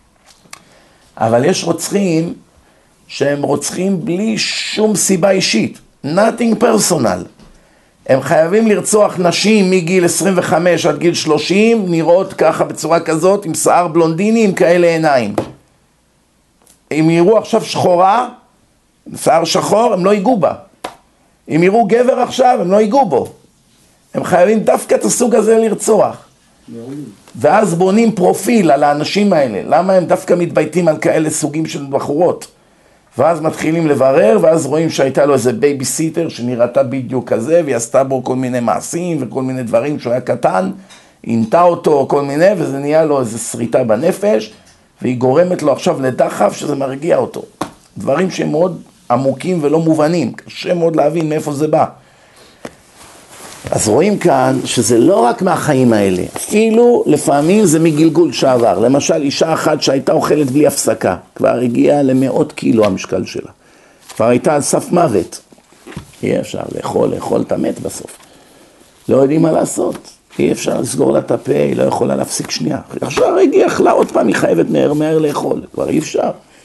Speaker 1: אבל יש רוצחים שהם רוצחים בלי שום סיבה אישית. Nothing personal. הם חייבים לרצוח נשים מגיל 25 עד גיל 30, נראות ככה בצורה כזאת, עם שיער בלונדיני, עם כאלה עיניים. אם יראו עכשיו שחורה, שיער שחור, הם לא ייגעו בה. אם יראו גבר עכשיו, הם לא ייגעו בו. הם חייבים דווקא את הסוג הזה לרצוח. ואז בונים פרופיל על האנשים האלה. למה הם דווקא מתבייתים על כאלה סוגים של בחורות? ואז מתחילים לברר, ואז רואים שהייתה לו איזה בייביסיטר שנראתה בדיוק כזה, והיא עשתה בו כל מיני מעשים וכל מיני דברים שהוא היה קטן, עינתה אותו כל מיני, וזה נהיה לו איזה שריטה בנפש, והיא גורמת לו עכשיו לדחף שזה מרגיע אותו. דברים שהם מאוד עמוקים ולא מובנים, קשה מאוד להבין מאיפה זה בא. אז רואים כאן שזה לא רק מהחיים האלה, אפילו לפעמים זה מגלגול שעבר. למשל אישה אחת שהייתה אוכלת בלי הפסקה, כבר הגיעה למאות קילו המשקל שלה, כבר הייתה על סף מוות, אי אפשר לאכול את המת בסוף, לא יודעים מה לעשות, אי אפשר לסגור לה את הפה, היא לא יכולה להפסיק שנייה, עכשיו הגיעה אכלה עוד פעם, היא חייבת מהר לאכול, כבר אי אפשר.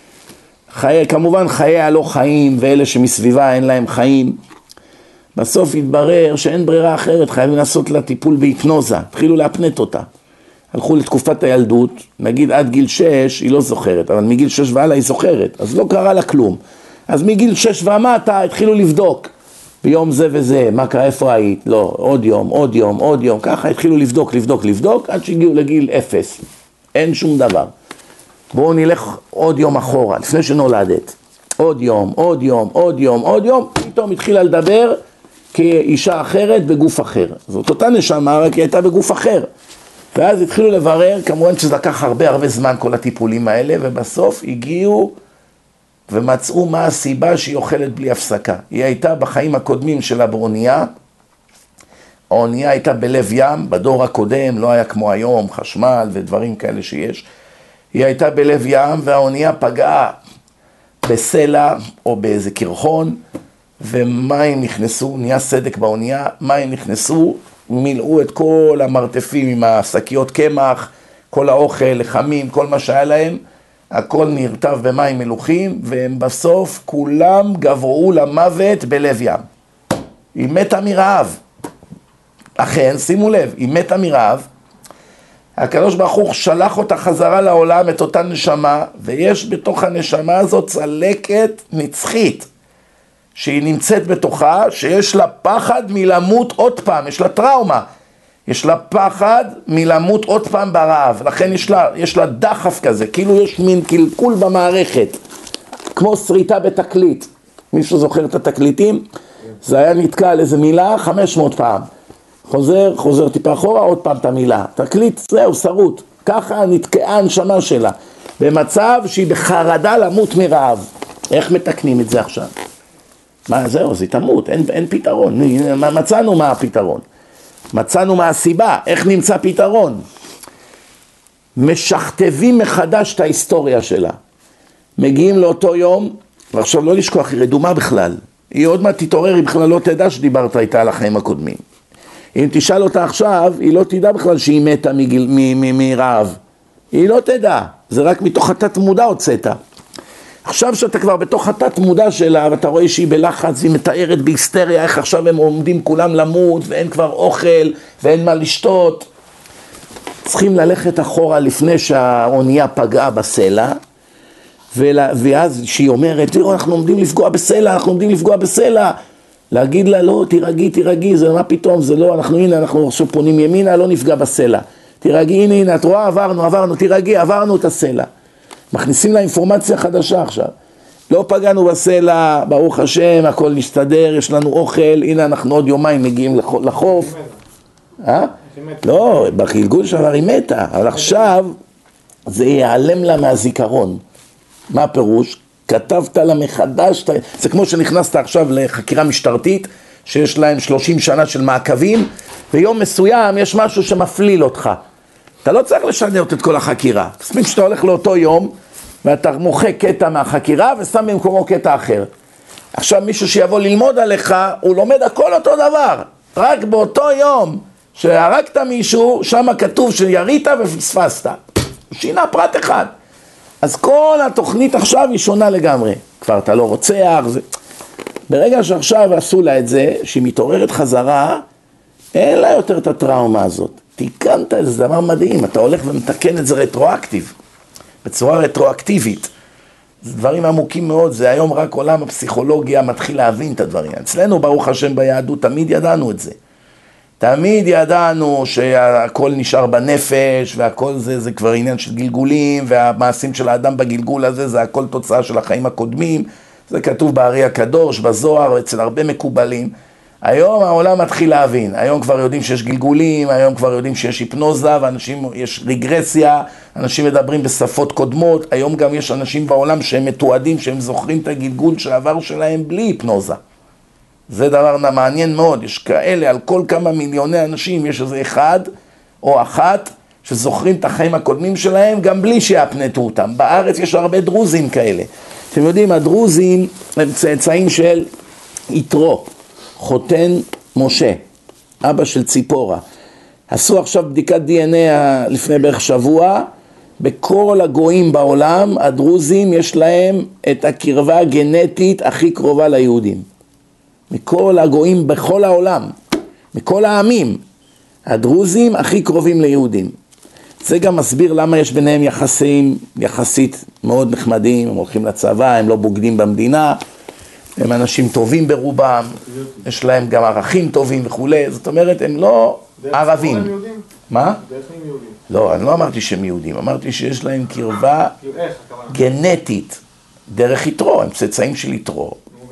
Speaker 1: כמובן חיי הלא חיים ואלה שמסביבה אין להם חיים, בסוף התברר שאין ברירה אחרת, חייבים לעשות לה טיפול בהיפנוזה, התחילו להפנט אותה. הלכו לתקופת הילדות, נגיד עד גיל 6 היא לא זוכרת, אבל מגיל 6 והלאה היא זוכרת, אז לא קרה לה כלום. אז מגיל 6 ומטה התחילו לבדוק, ביום זה וזה, מה קרה, איפה היית? לא, עוד יום, ככה התחילו לבדוק, עד שהגיעו לגיל 0, אין שום דבר. בואו נלך עוד יום אחורה, לפני שנולדת. עוד יום, פתאום התחילה לדבר כאישה אחרת בגוף אחר. זאת אותה נשמה, רק היא הייתה בגוף אחר. ואז התחילו לברר, כמובן שזה לקח הרבה זמן כל הטיפולים האלה, ובסוף הגיעו ומצאו מה הסיבה שהיא אוכלת בלי הפסקה. היא הייתה בחיים הקודמים שלה באונייה, האונייה הייתה בלב ים, בדור הקודם, לא היה כמו היום, חשמל ודברים כאלה שיש. היא הייתה בלב ים והאונייה פגעה בסלע או באיזה קרחון, ומים נכנסו, נהיה סדק באונייה, מים נכנסו, מילאו את כל המרתפים עם השקיות קמח, כל האוכל, לחמים, כל מה שהיה להם, הכל נרטב במים מלוחים, והם בסוף כולם גברו למוות בלב ים. היא מתה מרעב. אכן, שימו לב, היא מתה מרעב, הקדוש ברוך הוא שלח אותה חזרה לעולם, את אותה נשמה, ויש בתוך הנשמה הזאת צלקת נצחית, שהיא נמצאת בתוכה, שיש לה פחד מלמות עוד פעם, יש לה טראומה, יש לה פחד מלמות עוד פעם ברעב, לכן יש לה דחף כזה, כאילו יש מין קלקול במערכת, כמו שריטה בתקליט. מישהו זוכר את התקליטים? זה היה נתקע על איזה מילה 500 פעם. חוזר טיפה אחורה, עוד פעם את המילה. תקליט, זהו, שרוט. ככה נתקעה הנשמה שלה. במצב שהיא בחרדה למות מרעב. איך מתקנים את זה עכשיו? מה, זהו, זה תמות, אין פתרון. מצאנו מה הפתרון. מצאנו מה הסיבה, איך נמצא פתרון. משכתבים מחדש את ההיסטוריה שלה. מגיעים לאותו יום, ועכשיו לא לשכוח, היא רדומה בכלל. היא עוד מעט תתעורר, היא בכלל לא תדע שדיברת איתה על החיים הקודמים. אם תשאל אותה עכשיו, היא לא תדע בכלל שהיא מתה מרעב. היא לא תדע, זה רק מתוך התת מודע הוצאת. עכשיו שאתה כבר בתוך התת מודע שלה, ואתה רואה שהיא בלחץ, היא מתארת בהיסטריה, איך עכשיו הם עומדים כולם למות, ואין כבר אוכל, ואין מה לשתות. צריכים ללכת אחורה לפני שהאונייה פגעה בסלע, ואז שהיא אומרת, תראו, אנחנו עומדים לפגוע בסלע, להגיד לה, לא, תירגי, זה מה פתאום, זה לא, אנחנו עכשיו פונים ימינה, לא נפגע בסלע. תירגי, הנה, את רואה, עברנו, תירגי, עברנו את הסלע. מכניסים לה אינפורמציה חדשה עכשיו. לא פגענו בסלע, ברוך השם, הכל נסתדר, יש לנו אוכל, הנה אנחנו עוד יומיים מגיעים לחוף. לא, בגלגול שעבר היא מתה, אבל עכשיו זה ייעלם לה מהזיכרון. מה הפירוש? כתבת לה מחדש, זה כמו שנכנסת עכשיו לחקירה משטרתית, שיש להם 30 שנה של מעקבים, ויום מסוים יש משהו שמפליל אותך. אתה לא צריך לשנות את כל החקירה. תספיק שאתה הולך לאותו יום, ואתה מוחק קטע מהחקירה, ושם במקומו קטע אחר. עכשיו מישהו שיבוא ללמוד עליך, הוא לומד הכל אותו דבר. רק באותו יום שהרגת מישהו, שם כתוב שירית ופספסת. שינה פרט אחד. אז כל התוכנית עכשיו היא שונה לגמרי. כבר אתה לא רוצח. ברגע שעכשיו עשו לה את זה, שהיא מתעוררת חזרה, אין לה יותר את הטראומה הזאת. תיקנת את זה, דבר מדהים. אתה הולך ומתקן את זה רטרואקטיב. בצורה רטרואקטיבית. זה דברים עמוקים מאוד. זה היום רק עולם הפסיכולוגיה מתחיל להבין את הדברים. אצלנו ברוך השם ביהדות תמיד ידענו את זה. תמיד ידענו שהכל נשאר בנפש, והכל זה כבר עניין של גלגולים, והמעשים של האדם בגלגול הזה, זה הכל תוצאה של החיים הקודמים. זה כתוב בארי הקדוש, בזוהר, אצל הרבה מקובלים. היום העולם מתחיל להבין. היום כבר יודעים שיש גלגולים, היום כבר יודעים שיש היפנוזה, ואנשים, יש רגרסיה, אנשים מדברים בשפות קודמות. היום גם יש אנשים בעולם שהם מתועדים, שהם זוכרים את הגלגול של העבר שלהם בלי היפנוזה. זה דבר מעניין מאוד, יש כאלה, על כל כמה מיליוני אנשים, יש איזה אחד או אחת שזוכרים את החיים הקודמים שלהם, גם בלי שיפנטו אותם. בארץ יש הרבה דרוזים כאלה. אתם יודעים, הדרוזים הם צאצאים של יתרו, חותן משה, אבא של ציפורה. עשו עכשיו בדיקת DNA לפני בערך שבוע, בכל הגויים בעולם, הדרוזים יש להם את הקרבה הגנטית הכי קרובה ליהודים. מכל הגויים בכל העולם, מכל העמים, הדרוזים הכי קרובים ליהודים. זה גם מסביר למה יש ביניהם יחסים יחסית מאוד נחמדים, הם הולכים לצבא, הם לא בוגדים במדינה, הם אנשים טובים ברובם, יש להם גם ערכים טובים וכו'. זאת אומרת, הם לא ערבים. מה? לא, אני לא אמרתי שהם יהודים, אמרתי שיש להם קרבה גנטית, דרך יתרו, הם צאצאים של יתרו.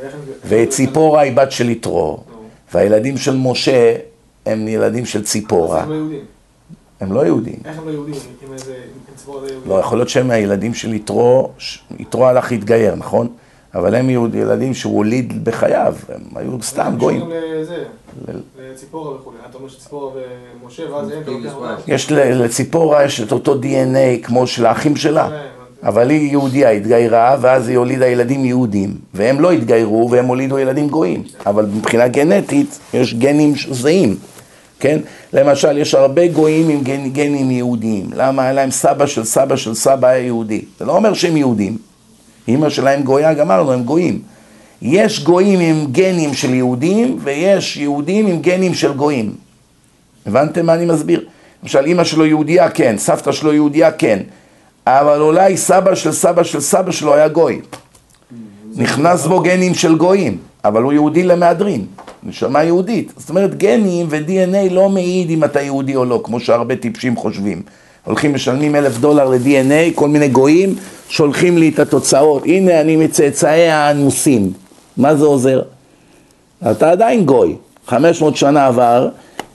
Speaker 1: וציפורה היא בת של יתרו, והילדים של משה הם ילדים של ציפורה.
Speaker 2: הם לא יהודים.
Speaker 1: הם לא יהודים.
Speaker 2: איך הם לא יהודים? אם ציפורה לא יהודים?
Speaker 1: לא, יכול להיות שהם הילדים של יתרו, יתרו הלך להתגייר, נכון? אבל הם ילדים שהוא הוליד בחייו, הם היו סתם גויים.
Speaker 2: הם קשורים לציפורה וכו'. אתה אומר שציפורה ומשה, ואז הם...
Speaker 1: יש לציפורה, יש את אותו DNA כמו של האחים שלה. אבל היא יהודיה, התגיירה, ואז היא הולידה ילדים יהודים, והם לא התגיירו, והם הולידו ילדים גויים. אבל מבחינה גנטית, יש גנים זהים, כן? למשל, יש הרבה גויים עם גנים יהודיים. למה? היה להם סבא של סבא של סבא היה יהודי. זה לא אומר שהם יהודים. אמא שלהם גויה, גמרנו, הם גויים. יש גויים עם גנים של יהודים, ויש יהודים עם גנים של גויים. הבנתם מה אני מסביר? למשל, אמא שלו יהודיה, כן. סבתא שלו יהודיה, כן. אבל אולי סבא של סבא של סבא שלו היה גוי. נכנס בו גנים של גויים, אבל הוא יהודי למהדרין, נשמה יהודית. זאת אומרת, גנים ו-DNA לא מעיד אם אתה יהודי או לא, כמו שהרבה טיפשים חושבים. הולכים משלמים $1,000 ל-DNA, כל מיני גויים, שולחים לי את התוצאות. הנה אני מצאצאי האנוסים. מה זה עוזר? אתה עדיין גוי. 500 שנה עבר,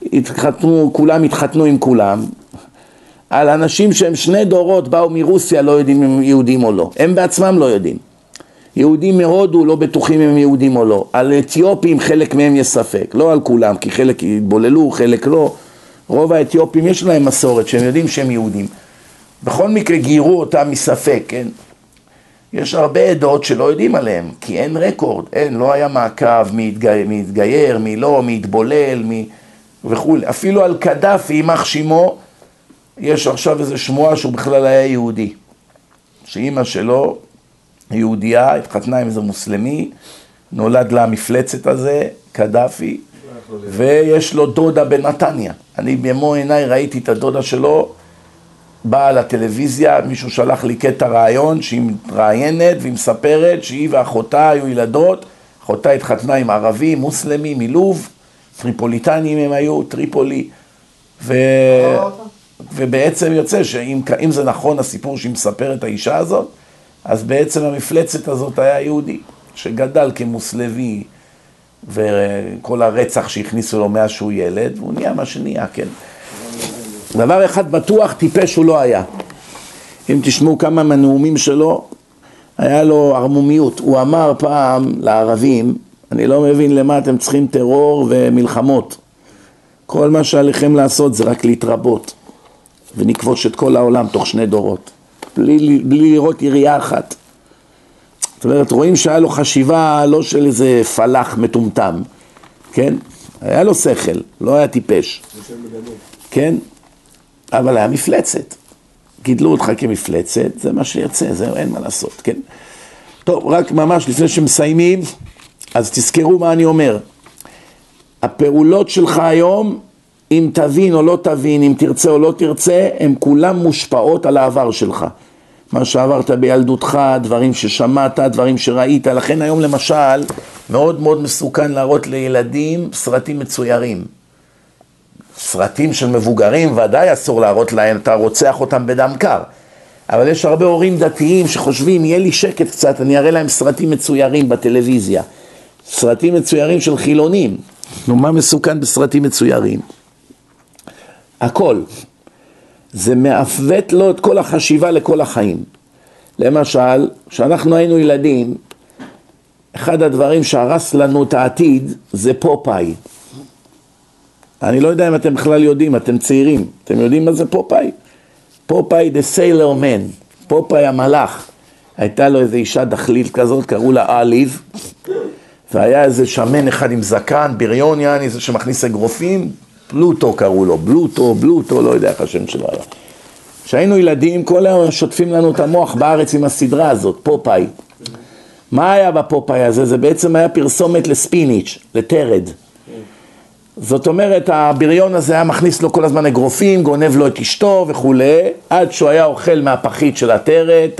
Speaker 1: כולם התחתנו עם כולם, על אנשים שהם 2 דורות באו מרוסיה, לא יודעים אם הם יהודים או לא. הם בעצמם לא יודעים. יהודים מהודו לא בטוחים אם הם יהודים או לא. על אתיופים חלק מהם יש ספק. לא על כולם, כי חלק יתבוללו, חלק לא. רוב האתיופים יש להם מסורת שהם יודעים שהם יהודים. בכל מקרה גיירו אותם מספק, כן? יש הרבה עדות שלא יודעים עליהם, כי אין רקורד, אין, לא היה מעקב מי התגייר, מי לא, מי התבולל, וכו'. אפילו על קדאפי, יימח שמו, יש עכשיו איזו שמועה שהוא בכלל היה יהודי. שאמא שלו, יהודייה, התחתנה עם איזה מוסלמי, נולד לה המפלצת הזה, קדאפי, ויש לו דודה בנתניה. אני במו עיניי ראיתי את הדודה שלו, באה לטלוויזיה, מישהו שלח לי קטע רעיון שהיא מתראיינת והיא מספרת שהיא ואחותה היו ילדות, אחותה התחתנה עם ערבי, מוסלמי, מלוב, טריפוליטנים הם היו, טריפולי, ובעצם יוצא שאם זה נכון הסיפור שהיא מספרת האישה הזאת, אז בעצם המפלצת הזאת היה יהודי, שגדל כמוסלבי, וכל הרצח שהכניסו לו מאז שהוא ילד, והוא נהיה מה שנהיה, כן. דבר אחד בטוח, טיפש הוא לא היה. אם תשמעו כמה מהנאומים שלו, היה לו ערמומיות. הוא אמר פעם לערבים, אני לא מבין למה אתם צריכים טרור ומלחמות. כל מה שעליכם לעשות זה רק להתרבות, ונכבוש את כל העולם תוך 2 דורות, בלי לראות ירייה אחת. זאת אומרת, רואים שהיה לו חשיבה לא של איזה פלח מטומטם, כן? היה לו שכל, לא היה טיפש. כן? אבל היה מפלצת. גידלו אותך כמפלצת, זה מה שירצה, זה אין מה לעשות, כן? טוב, רק ממש לפני שמסיימים, אז תזכרו מה אני אומר. הפעולות שלך היום, אם תבין או לא תבין, אם תרצה או לא תרצה, הן כולן מושפעות על העבר שלך. מה שעברת בילדותך, דברים ששמעת, דברים שראית. לכן היום למשל, מאוד מאוד מסוכן להראות לילדים סרטים מצוירים. סרטים של מבוגרים ודאי אסור להראות להם, אתה רוצח אותם בדם קר. אבל יש הרבה הורים דתיים שחושבים, יהיה לי שקט קצת, אני אראה להם סרטים מצוירים בטלוויזיה. סרטים מצוירים של חילונים. נו, מה מסוכן בסרטים מצוירים? הכל. זה מעוות לו את כל החשיבה לכל החיים. למשל, כשאנחנו היינו ילדים, אחד הדברים שהרס לנו את העתיד זה פופאי. אני לא יודע אם אתם בכלל יודעים, אתם צעירים, אתם יודעים מה זה פופאי? פופאי the sailor man, פופאי המלאך. הייתה לו איזו אישה דחלית כזאת, קראו לה אליב, והיה איזה שמן אחד עם זקן, בריון יעני, זה שמכניס אגרופים, פלוטו קראו לו, בלוטו, לא יודע איך השם שלו היה. כשהיינו ילדים, כל היום שוטפים לנו את המוח בארץ עם הסדרה הזאת, פופאי. מה היה בפופאי הזה? זה בעצם היה פרסומת לספיניץ', לטרד. זאת אומרת, הבריון הזה היה מכניס לו כל הזמן אגרופים, גונב לו את אשתו וכו', עד שהוא היה אוכל מהפחית של הטרד,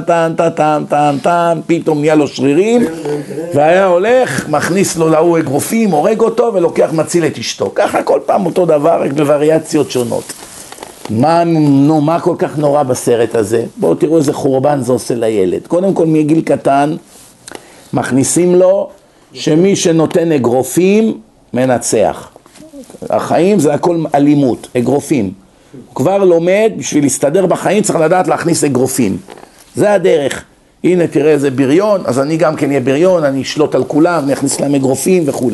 Speaker 1: טם, פתאום נהיה לו שרירים, והיה הולך, מכניס לו להוא אגרופים, הורג אותו ולוקח מציל את אשתו. ככה כל פעם אותו דבר, רק בווריאציות שונות. מה כל כך נורא בסרט הזה? בואו תראו איזה חורבן זה עושה לילד. קודם כל מגיל קטן, מכניסים לו שמי שנותן אגרופים, מנצח. החיים זה הכל אלימות, אגרופים. הוא כבר לומד, בשביל להסתדר בחיים צריך לדעת להכניס אגרופים. זה הדרך. הנה תראה איזה בריון, אז אני גם כן אהיה בריון, אני אשלוט על כולם, אני אכניס להם אגרופים וכו'.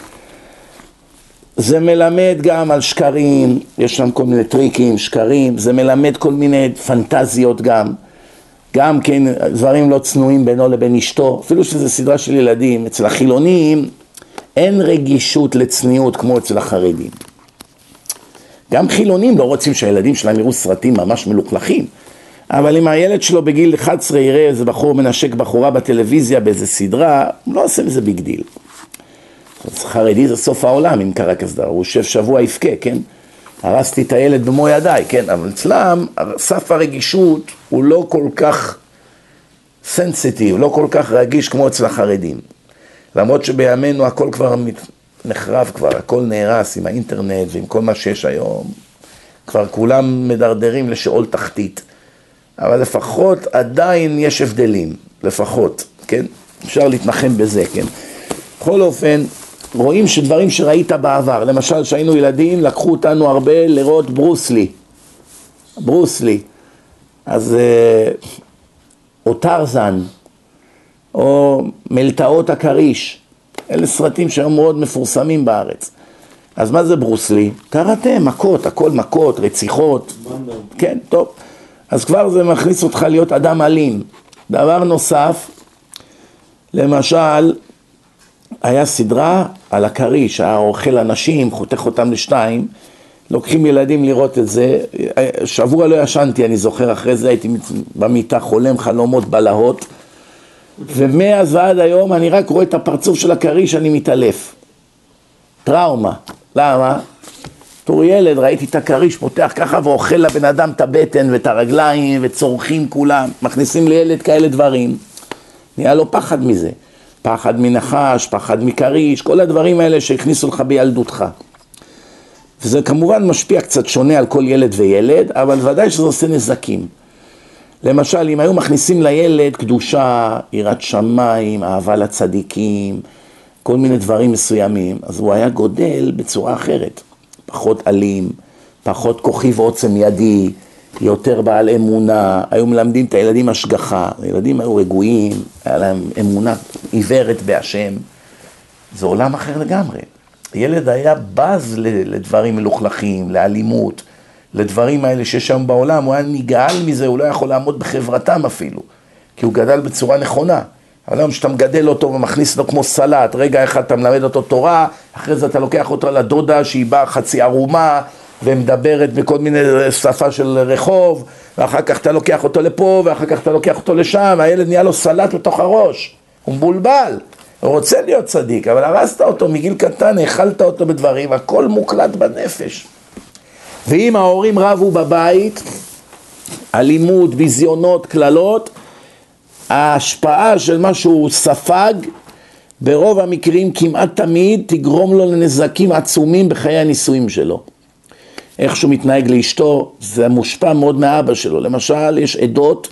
Speaker 1: זה מלמד גם על שקרים, יש שם כל מיני טריקים, שקרים, זה מלמד כל מיני פנטזיות גם כן דברים לא צנועים בינו לבין אשתו, אפילו שזה סדרה של ילדים. אצל החילונים אין רגישות לצניעות כמו אצל החרדים. גם חילונים לא רוצים שהילדים שלהם יראו סרטים ממש מלוכלכים, אבל אם הילד שלו בגיל 11 יראה איזה בחור מנשק בחורה בטלוויזיה באיזה סדרה, הוא לא עושה מזה ביג דיל. חרדי זה סוף העולם אם קרה כסדר, הוא יושב שבוע יפקה, כן? הרסתי את הילד במו ידיי, כן? אבל אצלם סף הרגישות הוא לא כל כך סנסיטיב, לא כל כך רגיש כמו אצל החרדים. למרות שבימינו הכל כבר נחרב, כבר הכל נהרס עם האינטרנט ועם כל מה שיש היום, כבר כולם מדרדרים לשאול תחתית, אבל לפחות עדיין יש הבדלים, לפחות, כן? אפשר להתנחם בזה, כן? בכל אופן, רואים שדברים שראית בעבר, למשל שהיינו ילדים, לקחו אותנו הרבה לראות ברוסלי, אז או טרזן, או מלטאות הקריש, אלה סרטים שהיום מאוד מפורסמים בארץ. אז מה זה ברוסלי? קראתם, מכות, הכל מכות, רציחות. כן, טוב. אז כבר זה מכניס אותך להיות אדם אלים. דבר נוסף, למשל, היה סדרה על הקריש, היה אוכל אנשים, חותך אותם לשתיים, לוקחים ילדים לראות את זה. שבוע לא ישנתי, אני זוכר, אחרי זה הייתי במיטה חולם חלומות בלהות, ומאז ועד היום אני רק רואה את הפרצוף של הקריש, אני מתעלף. טראומה. למה? תור ילד, ראיתי את הקריש פותח ככה ואוכל לבן אדם את הבטן ואת הרגליים וצורכים כולם. מכניסים לילד כאלה דברים. נהיה לו פחד מזה. פחד מנחש, פחד מקריש, כל הדברים האלה שהכניסו לך בילדותך. וזה כמובן משפיע קצת שונה על כל ילד וילד, אבל ודאי שזה עושה נזקים. למשל, אם היו מכניסים לילד קדושה, יראת שמיים, אהבה לצדיקים, כל מיני דברים מסוימים, אז הוא היה גודל בצורה אחרת. פחות אלים, פחות כוחי ועוצם ידי, יותר בעל אמונה, היו מלמדים את הילדים השגחה, הילדים היו רגועים, היה להם אמונה עיוורת בהשם, זה עולם אחר לגמרי. ילד היה בז לדברים מלוכלכים, לאלימות, לדברים האלה שיש שם בעולם, הוא היה נגעל מזה, הוא לא יכול לעמוד בחברתם אפילו, כי הוא גדל בצורה נכונה. אבל שאתה מגדל אותו ומכניס אותו כמו סלט, רגע אחד אתה מלמד אותו תורה, אחרי זה אתה לוקח אותו לדודה שהיא באה חצי ערומה, ומדברת בכל מיני שפה של רחוב, ואחר כך אתה לוקח אותו לפה, ואחר כך אתה לוקח אותו לשם, והילד נהיה לו סלט לתוך הראש, הוא מבולבל, הוא רוצה להיות צדיק, אבל הרסת אותו מגיל קטן, האכלת אותו בדברים, הכל מוקלט בנפש. ואם ההורים רבו בבית, אלימות, ביזיונות, כללות, ההשפעה של מה שהוא ספג, ברוב המקרים כמעט תמיד תגרום לו לנזקים עצומים בחיי הנישואים שלו. איך שהוא מתנהג לאשתו, זה מושפע מאוד מהאבא שלו. למשל, יש עדות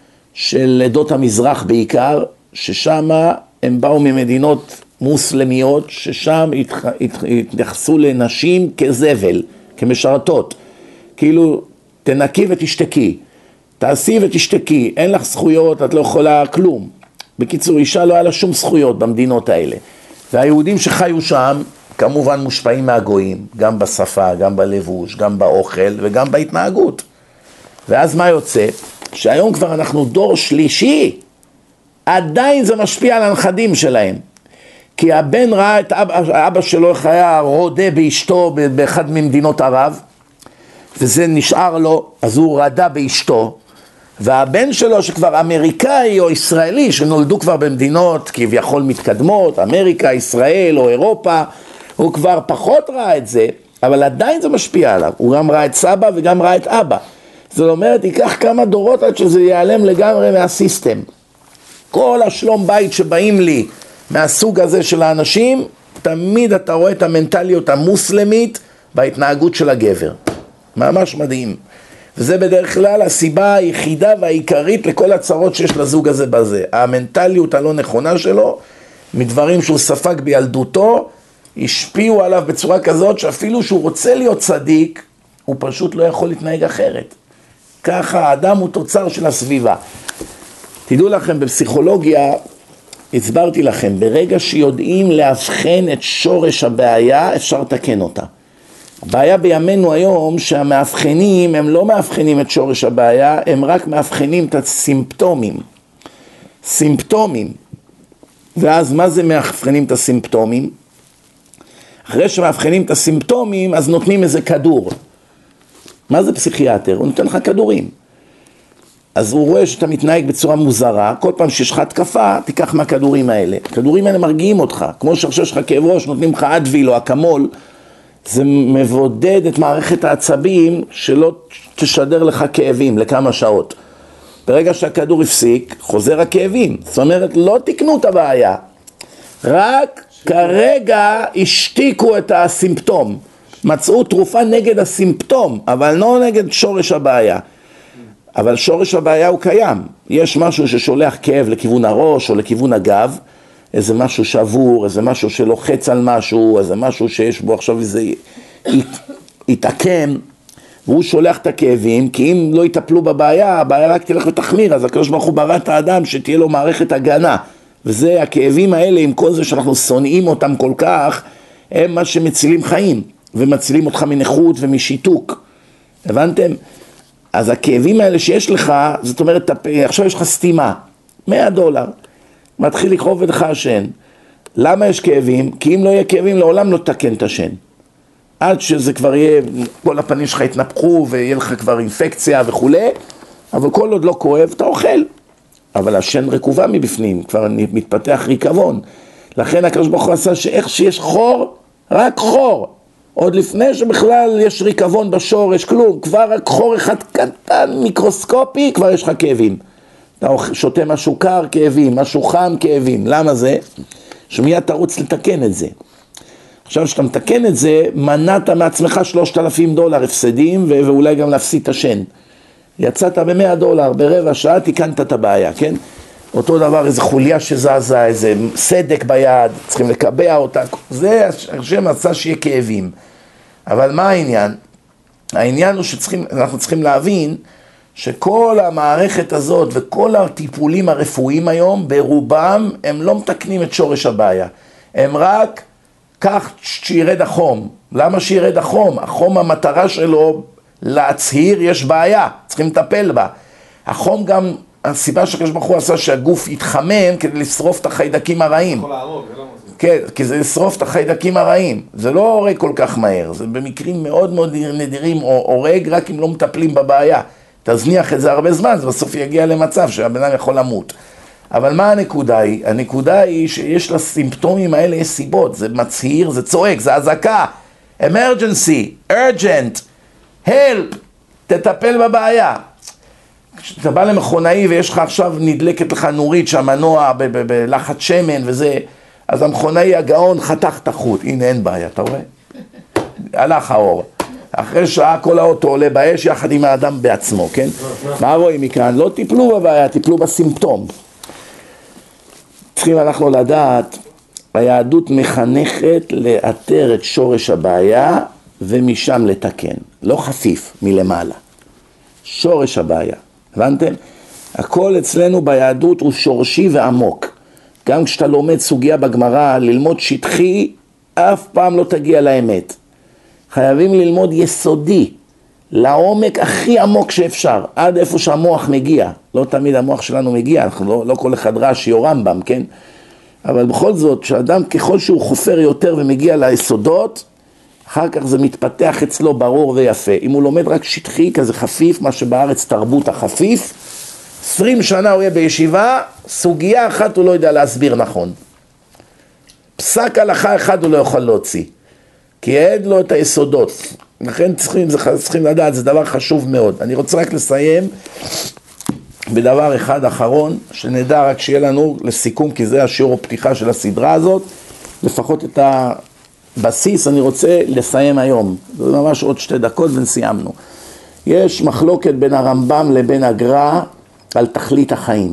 Speaker 1: של עדות המזרח בעיקר, ששם הם באו ממדינות מוסלמיות, ששם התייחסו לנשים כזבל, כמשרתות. כאילו, תנקי ותשתקי, תעשי ותשתקי, אין לך זכויות, את לא יכולה כלום. בקיצור, אישה לא היה לה שום זכויות במדינות האלה. והיהודים שחיו שם, כמובן מושפעים מהגויים, גם בשפה, גם בלבוש, גם באוכל וגם בהתנהגות. ואז מה יוצא? שהיום כבר אנחנו דור שלישי, עדיין זה משפיע על הנכדים שלהם. כי הבן ראה את אבא שלו איך היה רודה באשתו באחד ממדינות ערב, וזה נשאר לו, אז הוא רדה באשתו, והבן שלו שכבר אמריקאי או ישראלי, שנולדו כבר במדינות כביכול מתקדמות, אמריקה, ישראל או אירופה, הוא כבר פחות ראה את זה, אבל עדיין זה משפיע עליו. הוא גם ראה את סבא וגם ראה את אבא. זאת אומרת, ייקח כמה דורות עד שזה ייעלם לגמרי מהסיסטם. כל השלום בית שבאים לי מהסוג הזה של האנשים, תמיד אתה רואה את המנטליות המוסלמית בהתנהגות של הגבר. ממש מדהים. וזה בדרך כלל הסיבה היחידה והעיקרית לכל הצרות שיש לזוג הזה בזה. המנטליות הלא נכונה שלו, מדברים שהוא ספג בילדותו, השפיעו עליו בצורה כזאת שאפילו שהוא רוצה להיות צדיק, הוא פשוט לא יכול להתנהג אחרת. ככה האדם הוא תוצר של הסביבה. תדעו לכם, בפסיכולוגיה, הסברתי לכם, ברגע שיודעים להבחן את שורש הבעיה, אפשר לתקן אותה. הבעיה בימינו היום שהמאבחנים הם לא מאבחנים את שורש הבעיה, הם רק מאבחנים את הסימפטומים. סימפטומים. ואז מה זה מאבחנים את הסימפטומים? אחרי שמאבחנים את הסימפטומים, אז נותנים איזה כדור. מה זה פסיכיאטר? הוא נותן לך כדורים. אז הוא רואה שאתה מתנהג בצורה מוזרה, כל פעם שיש לך התקפה, תיקח מהכדורים האלה. הכדורים האלה מרגיעים אותך. כמו שעכשיו יש לך כאב ראש, נותנים לך אדוויל או אקמול, זה מבודד את מערכת העצבים שלא תשדר לך כאבים לכמה שעות. ברגע שהכדור הפסיק, חוזר הכאבים. זאת אומרת, לא תקנו את הבעיה. רק כרגע השתיקו את הסימפטום. מצאו תרופה נגד הסימפטום, אבל לא נגד שורש הבעיה. אבל שורש הבעיה הוא קיים. יש משהו ששולח כאב לכיוון הראש או לכיוון הגב, איזה משהו שבור, איזה משהו שלוחץ על משהו, איזה משהו שיש בו עכשיו איזה התעקם, והוא שולח את הכאבים, כי אם לא יטפלו בבעיה, הבעיה רק תלך ותחמיר, אז הקדוש ברוך הוא ברא את האדם שתהיה לו מערכת הגנה, וזה הכאבים האלה, עם כל זה שאנחנו שונאים אותם כל כך, הם מה שמצילים חיים, ומצילים אותך מנכות ומשיתוק. הבנתם? אז הכאבים האלה שיש לך, זאת אומרת, עכשיו יש לך סתימה, $100, מתחיל לכאוב לך השן. למה יש כאבים? כי אם לא יהיה כאבים, לעולם לא תקן את השן. עד שזה כבר יהיה, כל הפנים שלך יתנפחו, ויהיה לך כבר אינפקציה וכו', אבל כל עוד לא כואב, אתה אוכל. אבל השן רקובה מבפנים, כבר מתפתח ריקבון. לכן הקדוש ברוך הוא עשה שאיך שיש חור, רק חור. עוד לפני שבכלל יש ריקבון בשורש, כלום, כבר רק חור אחד קטן, מיקרוסקופי, כבר יש לך כאבים. אתה שותה משהו קר, כאבים, משהו חם, כאבים. למה זה? שמיד תרוץ לתקן את זה. עכשיו שאתה מתקן את זה, מנעת מעצמך $3,000 הפסדים, ואולי גם להפסיד את השן. יצאת $100, ברבע שעה תיקנת את הבעיה, כן? אותו דבר, איזה חוליה שזזה, איזה סדק ביד, צריכים לקבע אותה. זה השם עשה שיהיה כאבים. אבל מה העניין? העניין הוא שאנחנו צריכים להבין שכל המערכת הזאת וכל הטיפולים הרפואיים היום, ברובם הם לא מתקנים את שורש הבעיה. הם רק כך שירד החום. למה שירד החום? החום המטרה שלו להצהיר יש בעיה, צריכים לטפל בה. החום גם, הסיבה שהקדוש ברוך הוא עשה שהגוף יתחמם כדי לשרוף את החיידקים הרעים.
Speaker 2: יכול להרוג, זה לא מוזיק.
Speaker 1: כן, כי זה לשרוף את החיידקים הרעים. זה לא הורג כל כך מהר, זה במקרים מאוד מאוד נדירים הורג רק אם לא מטפלים בבעיה. תזניח את זה הרבה זמן, זה בסוף יגיע למצב שהבן אדם יכול למות. אבל מה הנקודה היא? הנקודה היא שיש לסימפטומים האלה יש סיבות, זה מצהיר, זה צועק, זה אזעקה, emergency, urgent, help, תטפל בבעיה. כשאתה בא למכונאי ויש לך עכשיו נדלקת לך נורית שהמנוע בלחץ שמן וזה, אז המכונאי הגאון חתך את החוט, הנה אין בעיה, אתה רואה? הלך האור. אחרי שעה כל האוטו עולה באש יחד עם האדם בעצמו, כן? מה רואים מכאן? לא טיפלו בבעיה, טיפלו בסימפטום. צריכים אנחנו לדעת, היהדות מחנכת לאתר את שורש הבעיה ומשם לתקן, לא חפיף מלמעלה. שורש הבעיה, הבנתם? הכל אצלנו ביהדות הוא שורשי ועמוק. גם כשאתה לומד סוגיה בגמרא, ללמוד שטחי, אף פעם לא תגיע לאמת. חייבים ללמוד יסודי, לעומק הכי עמוק שאפשר, עד איפה שהמוח מגיע. לא תמיד המוח שלנו מגיע, אנחנו לא כל אחד רש"י או רמב"ם, כן? אבל בכל זאת, שאדם ככל שהוא חופר יותר ומגיע ליסודות, אחר כך זה מתפתח אצלו ברור ויפה. אם הוא לומד רק שטחי, כזה חפיף, מה שבארץ תרבות החפיף, 20 שנה הוא יהיה בישיבה, סוגיה אחת הוא לא יודע להסביר נכון. פסק הלכה אחד הוא לא יכול להוציא. כי העד לו את היסודות, לכן צריכים לדעת, זה דבר חשוב מאוד. אני רוצה רק לסיים בדבר אחד אחרון, שנדע רק שיהיה לנו לסיכום, כי זה השיעור הפתיחה של הסדרה הזאת, לפחות את הבסיס אני רוצה לסיים היום, זה ממש עוד 2 דקות ונסיימנו. יש מחלוקת בין הרמב"ם לבין הגר"א על תכלית החיים.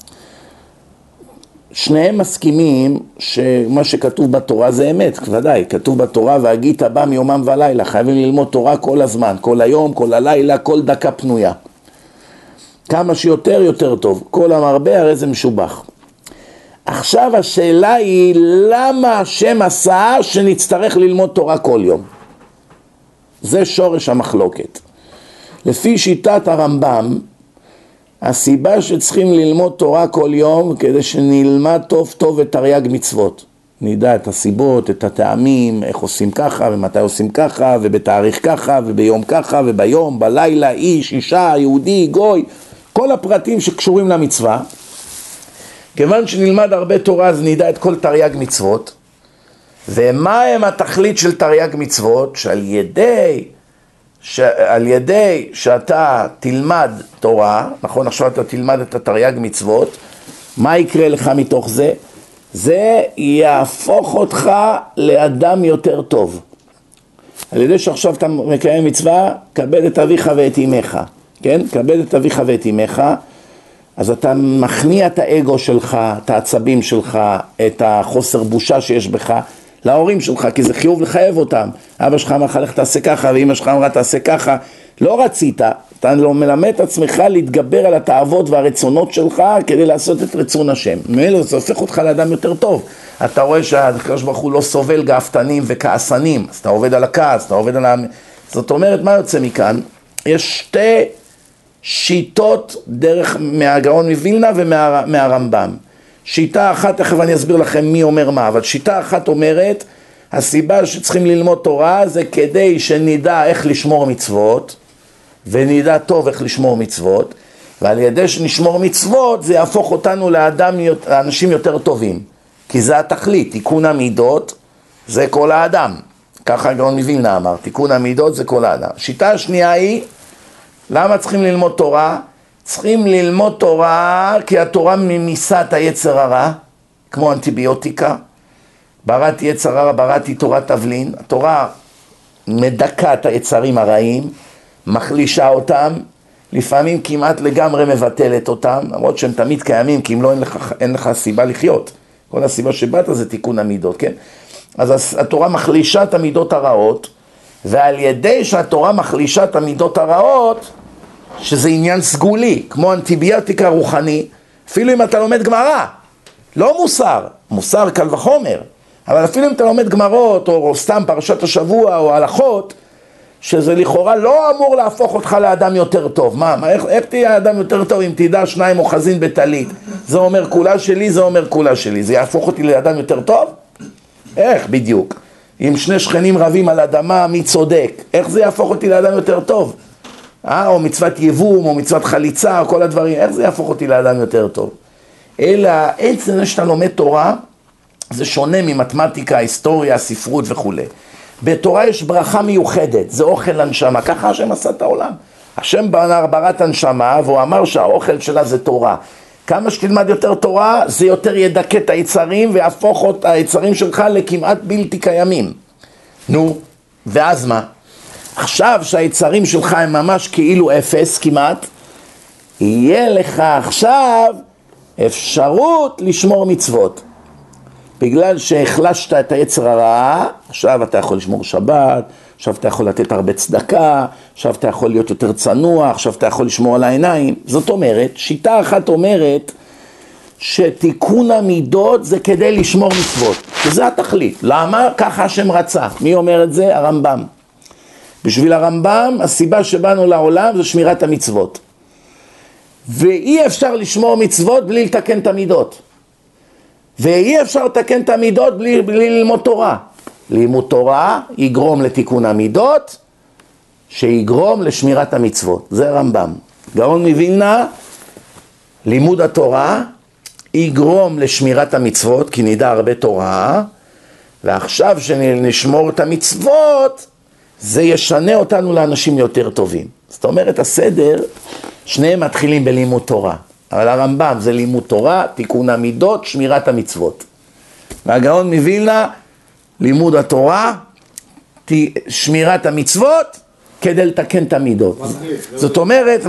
Speaker 1: שניהם מסכימים שמה שכתוב בתורה זה אמת, ודאי, כתוב בתורה והגית בא מיומם ולילה, חייבים ללמוד תורה כל הזמן, כל היום, כל הלילה, כל דקה פנויה. כמה שיותר יותר טוב, כל המרבה הרי זה משובח. עכשיו השאלה היא למה השם עשה שנצטרך ללמוד תורה כל יום? זה שורש המחלוקת. לפי שיטת הרמב"ם, הסיבה שצריכים ללמוד תורה כל יום כדי שנלמד טוב טוב את תרי"ג מצוות. נדע את הסיבות, את הטעמים, איך עושים ככה ומתי עושים ככה ובתאריך ככה וביום ככה וביום, בלילה, איש, אישה, יהודי, גוי, כל הפרטים שקשורים למצווה. כיוון שנלמד הרבה תורה אז נדע את כל תרי"ג מצוות. ומה הם התכלית של תרי"ג מצוות? שעל ידי שאתה תלמד תורה, נכון, עכשיו אתה תלמד את התרי"ג מצוות, מה יקרה לך מתוך זה? זה יהפוך אותך לאדם יותר טוב. על ידי שעכשיו אתה מקיים מצווה, כבד את אביך ואת אמך, כן? כבד את אביך ואת אמך, אז אתה מכניע את האגו שלך, את העצבים שלך, את החוסר בושה שיש בך, להורים שלך, כי זה חיוב לחייב אותם. אבא שלך אמר לך לך תעשה ככה, ואמא שלך אמרה תעשה ככה. לא רצית, אתה לא מלמד את עצמך להתגבר על התאוות והרצונות שלך כדי לעשות את רצון השם. מאלו זה הופך אותך לאדם יותר טוב. אתה רואה שהקדוש ברוך הוא לא סובל גאוותנים וכעסנים, אז אתה עובד על הכעס, אתה עובד על זאת אומרת, מה יוצא מכאן? יש 2 שיטות דרך מהגאון מווילנה ומהרמב"ם. שיטה אחת, תכף אני אסביר לכם מי אומר מה, אבל שיטה אחת אומרת, הסיבה שצריכים ללמוד תורה זה כדי שנדע איך לשמור מצוות, ונדע טוב איך לשמור מצוות, ועל ידי שנשמור מצוות זה יהפוך אותנו לאנשים יותר טובים, כי זה התכלית, תיקון המידות זה כל האדם, ככה הגאון מווילנה אמר, תיקון המידות זה כל האדם. שיטה השנייה היא, למה צריכים ללמוד תורה? צריכים ללמוד תורה כי התורה ממיסה את היצר הרע, כמו אנטיביוטיקה. בראתי יצר הרע, בראתי תורת תבלין. התורה מדכא את היצרים הרעים, מחלישה אותם, לפעמים כמעט לגמרי מבטלת אותם, למרות שהם תמיד קיימים, כי אם לא אין לך סיבה לחיות. כל הסיבה שבאת זה תיקון המידות, כן? אז התורה מחלישה את המידות הרעות, ועל ידי שהתורה מחלישה את המידות הרעות, שזה עניין סגולי, כמו אנטיביוטיקה רוחני, אפילו אם אתה לומד גמרא, לא מוסר, מוסר קל וחומר, אבל אפילו אם אתה לומד גמרות, או סתם פרשת השבוע, או הלכות, שזה לכאורה לא אמור להפוך אותך לאדם יותר טוב. איך תהיה אדם יותר טוב אם תדע שניים אוחזין בטלית? זה אומר כולה שלי, זה אומר כולה שלי. זה יהפוך אותי לאדם יותר טוב? איך בדיוק? אם שני שכנים רבים על אדמה, מי צודק? איך זה יהפוך אותי לאדם יותר טוב? או מצוות יבום, או מצוות חליצה, או כל הדברים. איך זה יהפוך אותי לאדם יותר טוב? אלא עצם שאתה לומד תורה, זה שונה ממתמטיקה, היסטוריה, ספרות וכו'. בתורה יש ברכה מיוחדת, זה אוכל לנשמה, ככה השם עשה את העולם. השם ברא את הנשמה, והוא אמר שהאוכל שלה זה תורה. כמה שתלמד יותר תורה, זה יותר ידכא את היצרים, ויהפוך את היצרים שלך לכמעט בלתי קיימים. נו, ואז מה? עכשיו שהיצרים שלך הם ממש כאילו אפס כמעט, יהיה לך עכשיו אפשרות לשמור מצוות. בגלל שהחלשת את היצר הרע, עכשיו אתה יכול לשמור שבת, עכשיו אתה יכול לתת הרבה צדקה, עכשיו אתה יכול להיות יותר צנוע, עכשיו אתה יכול לשמור על העיניים. זאת אומרת, שיטה אחת אומרת שתיקון המידות זה כדי לשמור מצוות, שזה התכלית. למה? ככה השם רצה. מי אומר את זה? הרמב"ם. בשביל הרמב"ם, הסיבה שבאנו לעולם זה שמירת המצוות. ואי אפשר לשמור מצוות בלי לתקן את המידות. ואי אפשר לתקן את המידות בלי ללמוד תורה. לימוד תורה יגרום לתיקון המידות, שיגרום לשמירת המצוות. זה הרמב"ם. גאון מווילנה, לימוד התורה יגרום לשמירת המצוות, כי נדע הרבה תורה, ועכשיו שנשמור את המצוות, זה ישנה אותנו לאנשים יותר טובים. זאת אומרת, הסדר, שניהם מתחילים בלימוד תורה. אבל הרמב"ם זה לימוד תורה, תיקון המידות, שמירת המצוות. והגאון מווילנה, לימוד התורה, שמירת המצוות, כדי לתקן את המידות. זאת אומרת,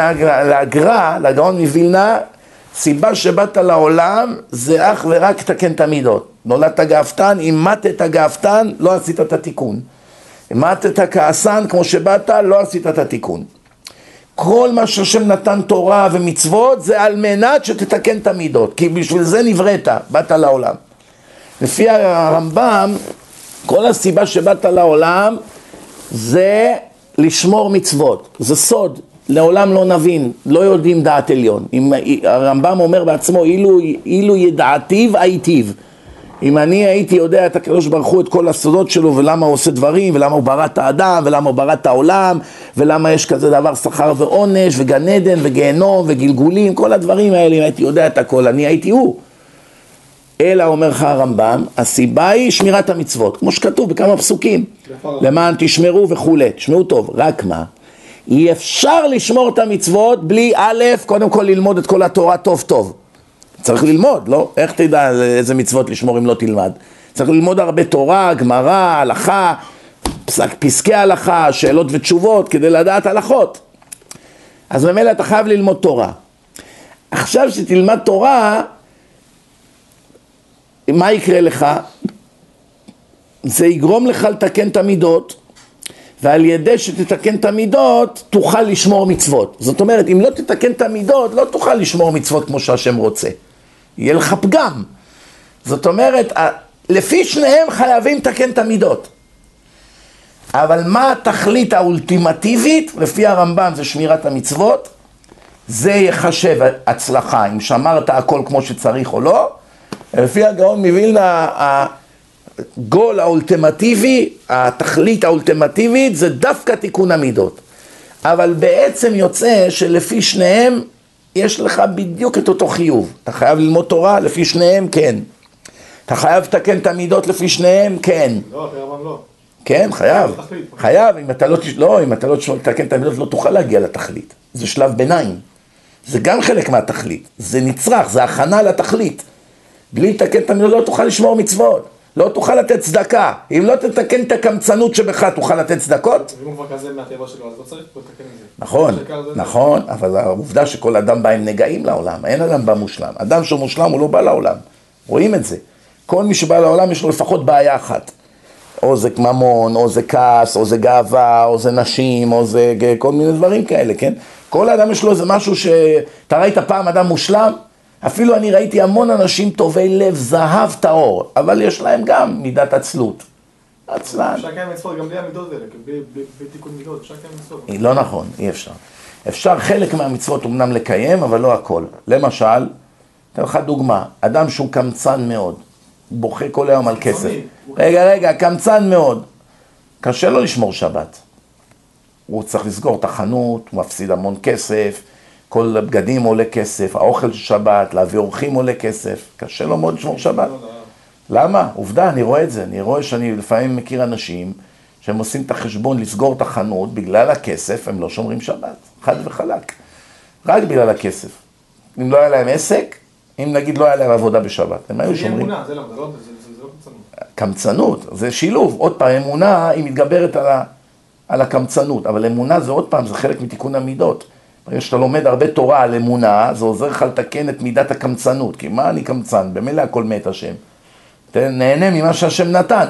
Speaker 1: לגאון מווילנה, סיבה שבאת לעולם, זה אך ורק תקן את המידות. נולדת גאוותן, אם מתת גאוותן, לא עשית את התיקון. אם מתת כעסן, כמו שבאת, לא עשית את התיקון. כל מה שהשם נתן תורה ומצוות זה על מנת שתתקן את המידות, כי בשביל זה נבראת, באת לעולם. לפי הרמב"ם, כל הסיבה שבאת לעולם זה לשמור מצוות, זה סוד, לעולם לא נבין, לא יודעים דעת עליון. הרמב"ם אומר בעצמו, אילו ידעתיו הייתיו. אם אני הייתי יודע את הקדוש ברוך הוא את כל הסודות שלו ולמה הוא עושה דברים ולמה הוא ברא את האדם ולמה הוא ברא את העולם ולמה יש כזה דבר שכר ועונש וגן עדן וגיהנום וגלגולים, כל הדברים האלה, אם הייתי יודע את הכל, אני הייתי הוא. אלא אומר לך הרמב"ם, הסיבה היא שמירת המצוות, כמו שכתוב בכמה פסוקים, למען תשמרו וכו', תשמעו טוב, רק מה? אי אפשר לשמור את המצוות בלי א', קודם כל ללמוד את כל התורה טוב טוב. צריך ללמוד, לא? איך תדע איזה מצוות לשמור אם לא תלמד? צריך ללמוד הרבה תורה, גמרא, הלכה, פסקי הלכה, שאלות ותשובות, כדי לדעת הלכות. אז ממילא אתה חייב ללמוד תורה. עכשיו שתלמד תורה, מה יקרה לך? זה יגרום לך לתקן את המידות, ועל ידי שתתקן את המידות, תוכל לשמור מצוות. זאת אומרת, אם לא תתקן את המידות, לא תוכל לשמור מצוות כמו שהשם רוצה. יהיה לך פגם. זאת אומרת, לפי שניהם חייבים לתקן את המידות. אבל מה התכלית האולטימטיבית? לפי הרמב"ם זה שמירת המצוות. זה יחשב הצלחה, אם שמרת הכל כמו שצריך או לא. לפי הגאון מווילנה, הגול האולטימטיבי, התכלית האולטימטיבית, זה דווקא תיקון המידות. אבל בעצם יוצא שלפי שניהם, יש לך בדיוק את אותו חיוב. אתה חייב ללמוד תורה, לפי שניהם, כן. אתה חייב לתקן את המידות לפי שניהם, כן.
Speaker 2: לא, כרבן לא.
Speaker 1: כן, חייב. חייב, אם אתה לא תתקן את המידות, לא תוכל להגיע לתכלית. זה שלב ביניים. זה גם חלק מהתכלית. זה נצרך, זה הכנה לתכלית. בלי לתקן את המידות, לא תוכל לשמור מצוות. לא תוכל לתת צדקה. אם לא תתקן את הקמצנות שבך, תוכל לתת צדקות?
Speaker 2: אם הוא כבר כזה מהטבע שלו, אז לא צריך לתקן את זה.
Speaker 1: נכון, נכון, אבל העובדה שכל אדם בא עם נגעים לעולם, אין אדם בא מושלם. אדם שהוא מושלם הוא לא בא לעולם. רואים את זה. כל מי שבא לעולם יש לו לפחות בעיה אחת. או זה ממון, או זה כעס, או זה גאווה, או זה נשים, או זה כל מיני דברים כאלה, כן? כל האדם יש לו איזה משהו אתה ראית פעם אדם מושלם? אפילו אני ראיתי המון אנשים טובי לב, זהב טהור, אבל יש להם גם מידת עצלות. עצלן.
Speaker 2: אפשר לקיים מצוות גם בלי המידות האלה, בלי תיקון מידות, אפשר לקיים מצוות.
Speaker 1: לא נכון, אי אפשר. אפשר חלק מהמצוות אמנם לקיים, אבל לא הכל. למשל, אתן לך דוגמה, אדם שהוא קמצן מאוד, בוכה כל היום על כסף. רגע, קמצן מאוד. קשה לו לשמור שבת. הוא צריך לסגור את החנות, הוא מפסיד המון כסף, כל הבגדים עולה כסף, האוכל של שבת, להביא אורחים עולה כסף. קשה לו מאוד לשמור שבת. למה? עובדה, אני רואה את זה. אני רואה שאני לפעמים מכיר אנשים שהם עושים את החשבון לסגור את החנות, בגלל הכסף הם לא שומרים שבת. חד וחלק. רק בגלל הכסף. אם לא היה להם עסק, אם נגיד לא היה להם עבודה בשבת, הם היו שומרים.
Speaker 2: זה אמונה, זה לא קמצנות.
Speaker 1: קמצנות, זה שילוב. עוד פעם, אמונה היא מתגברת על הקמצנות, אבל אמונה זה עוד פעם, זה חלק מתיקון המידות. ברגע שאתה לומד הרבה תורה על אמונה, זה עוזר לך לתקן את מידת הקמצנות. כי מה אני קמצן? במילא הכל מת השם. נהנה ממה שהשם נתן.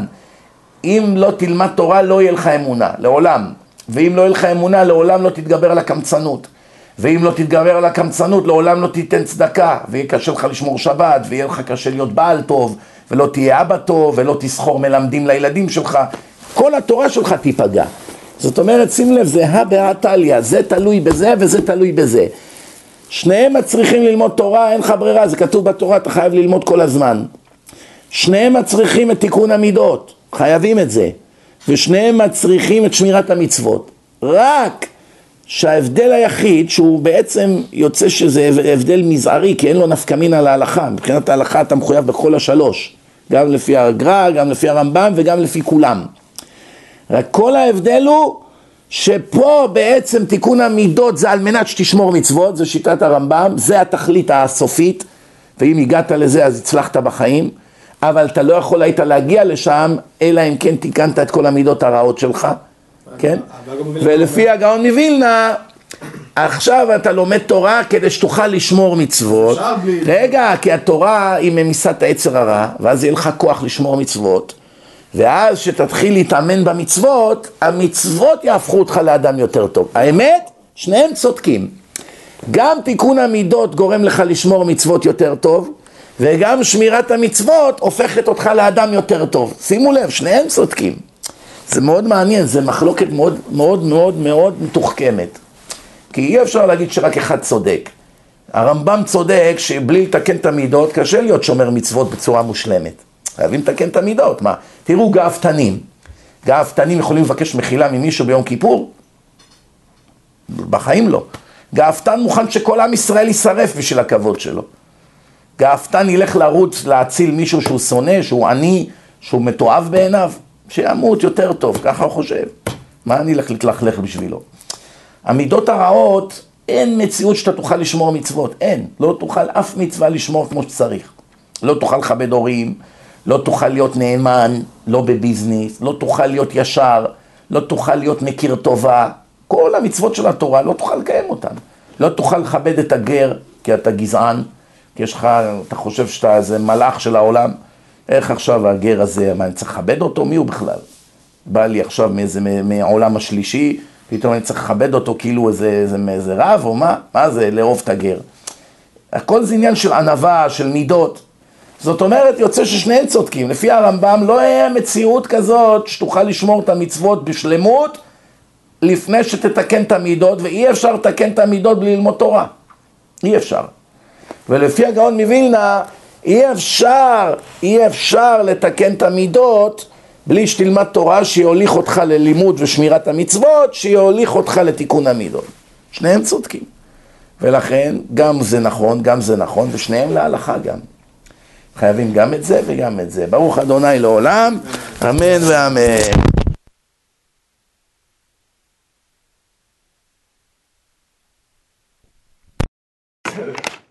Speaker 1: אם לא תלמד תורה, לא יהיה לך אמונה, לעולם. ואם לא יהיה לך אמונה, לעולם לא תתגבר על הקמצנות. ואם לא תתגבר על הקמצנות, לעולם לא תיתן צדקה, ויהיה קשה לך לשמור שבת, ויהיה לך קשה להיות בעל טוב, ולא תהיה אבא טוב, ולא תסחור מלמדים לילדים שלך. כל התורה שלך תיפגע. זאת אומרת, שים לב, זה הבאה תליה, זה תלוי בזה וזה תלוי בזה. שניהם מצריכים ללמוד תורה, אין לך ברירה, זה כתוב בתורה, אתה חייב ללמוד כל הזמן. שניהם מצריכים את תיקון המידות, חייבים את זה. ושניהם מצריכים את שמירת המצוות. רק שההבדל היחיד, שהוא בעצם יוצא שזה הבדל מזערי, כי אין לו נפקא מינה להלכה. מבחינת ההלכה אתה מחויב בכל השלוש. גם לפי הגר"א, גם לפי הרמב"ם וגם לפי כולם. רק כל ההבדל הוא שפה בעצם תיקון המידות זה על מנת שתשמור מצוות, זה שיטת הרמב"ם, זה התכלית הסופית, ואם הגעת לזה אז הצלחת בחיים, אבל אתה לא יכול היית להגיע לשם, אלא אם כן תיקנת את כל המידות הרעות שלך, כן? ולפי הגאון מווילנה, עכשיו אתה לומד תורה כדי שתוכל לשמור מצוות. רגע, כי התורה היא ממיסת היצר הרע, ואז יהיה לך כוח לשמור מצוות, ואז שתתחיל להתאמן במצוות, המצוות יהפכו אותך לאדם יותר טוב. האמת, שניהם צודקים. גם תיקון המידות גורם לך לשמור מצוות יותר טוב, וגם שמירת המצוות הופכת אותך לאדם יותר טוב. שימו לב, שניהם צודקים. זה מאוד מעניין, זה מחלוקת מאוד מאוד מאוד מאוד מתוחכמת. כי אי אפשר להגיד שרק אחד צודק. הרמב"ם צודק שבלי לתקן את המידות קשה להיות שומר מצוות בצורה מושלמת. חייבים לתקן את המידות, מה? תראו גאוותנים. גאוותנים יכולים לבקש מחילה ממישהו ביום כיפור? בחיים לא. גאוותן מוכן שכל עם ישראל יישרף בשביל הכבוד שלו. גאוותן ילך לרוץ להציל מישהו שהוא שונא, שהוא עני, שהוא מתועב בעיניו, שימות יותר טוב, ככה הוא חושב. מה אני אלך להתלכלך בשבילו? המידות הרעות, אין מציאות שאתה תוכל לשמור מצוות, אין. לא תוכל אף מצווה לשמור כמו שצריך. לא תוכל לכבד הורים, לא תוכל להיות נאמן, לא בביזנס, לא תוכל להיות ישר, לא תוכל להיות מכיר טובה. כל המצוות של התורה לא תוכל לקיים אותן. לא תוכל לכבד את הגר, כי אתה גזען, כי יש לך, אתה חושב שאתה איזה מלאך של העולם. איך עכשיו הגר הזה, מה, אני צריך לכבד אותו? מי הוא בכלל? בא לי עכשיו מהעולם השלישי, פתאום אני צריך לכבד אותו כאילו איזה רב או מה? מה זה לאהוב את הגר? הכל זה עניין של ענווה, של מידות. זאת אומרת, יוצא ששניהם צודקים. לפי הרמב"ם לא היה מציאות כזאת שתוכל לשמור את המצוות בשלמות לפני שתתקן את המידות, ואי אפשר לתקן את המידות בלי ללמוד תורה. אי אפשר. ולפי הגאון מווילנה, אי אפשר לתקן את המידות בלי שתלמד תורה שיוליך אותך ללימוד ושמירת המצוות, שיוליך אותך לתיקון המידות. שניהם צודקים. ולכן גם זה נכון, גם זה נכון, ושניהם להלכה גם. חייבים גם את זה וגם את זה. ברוך אדוני לעולם, אמן ואמן.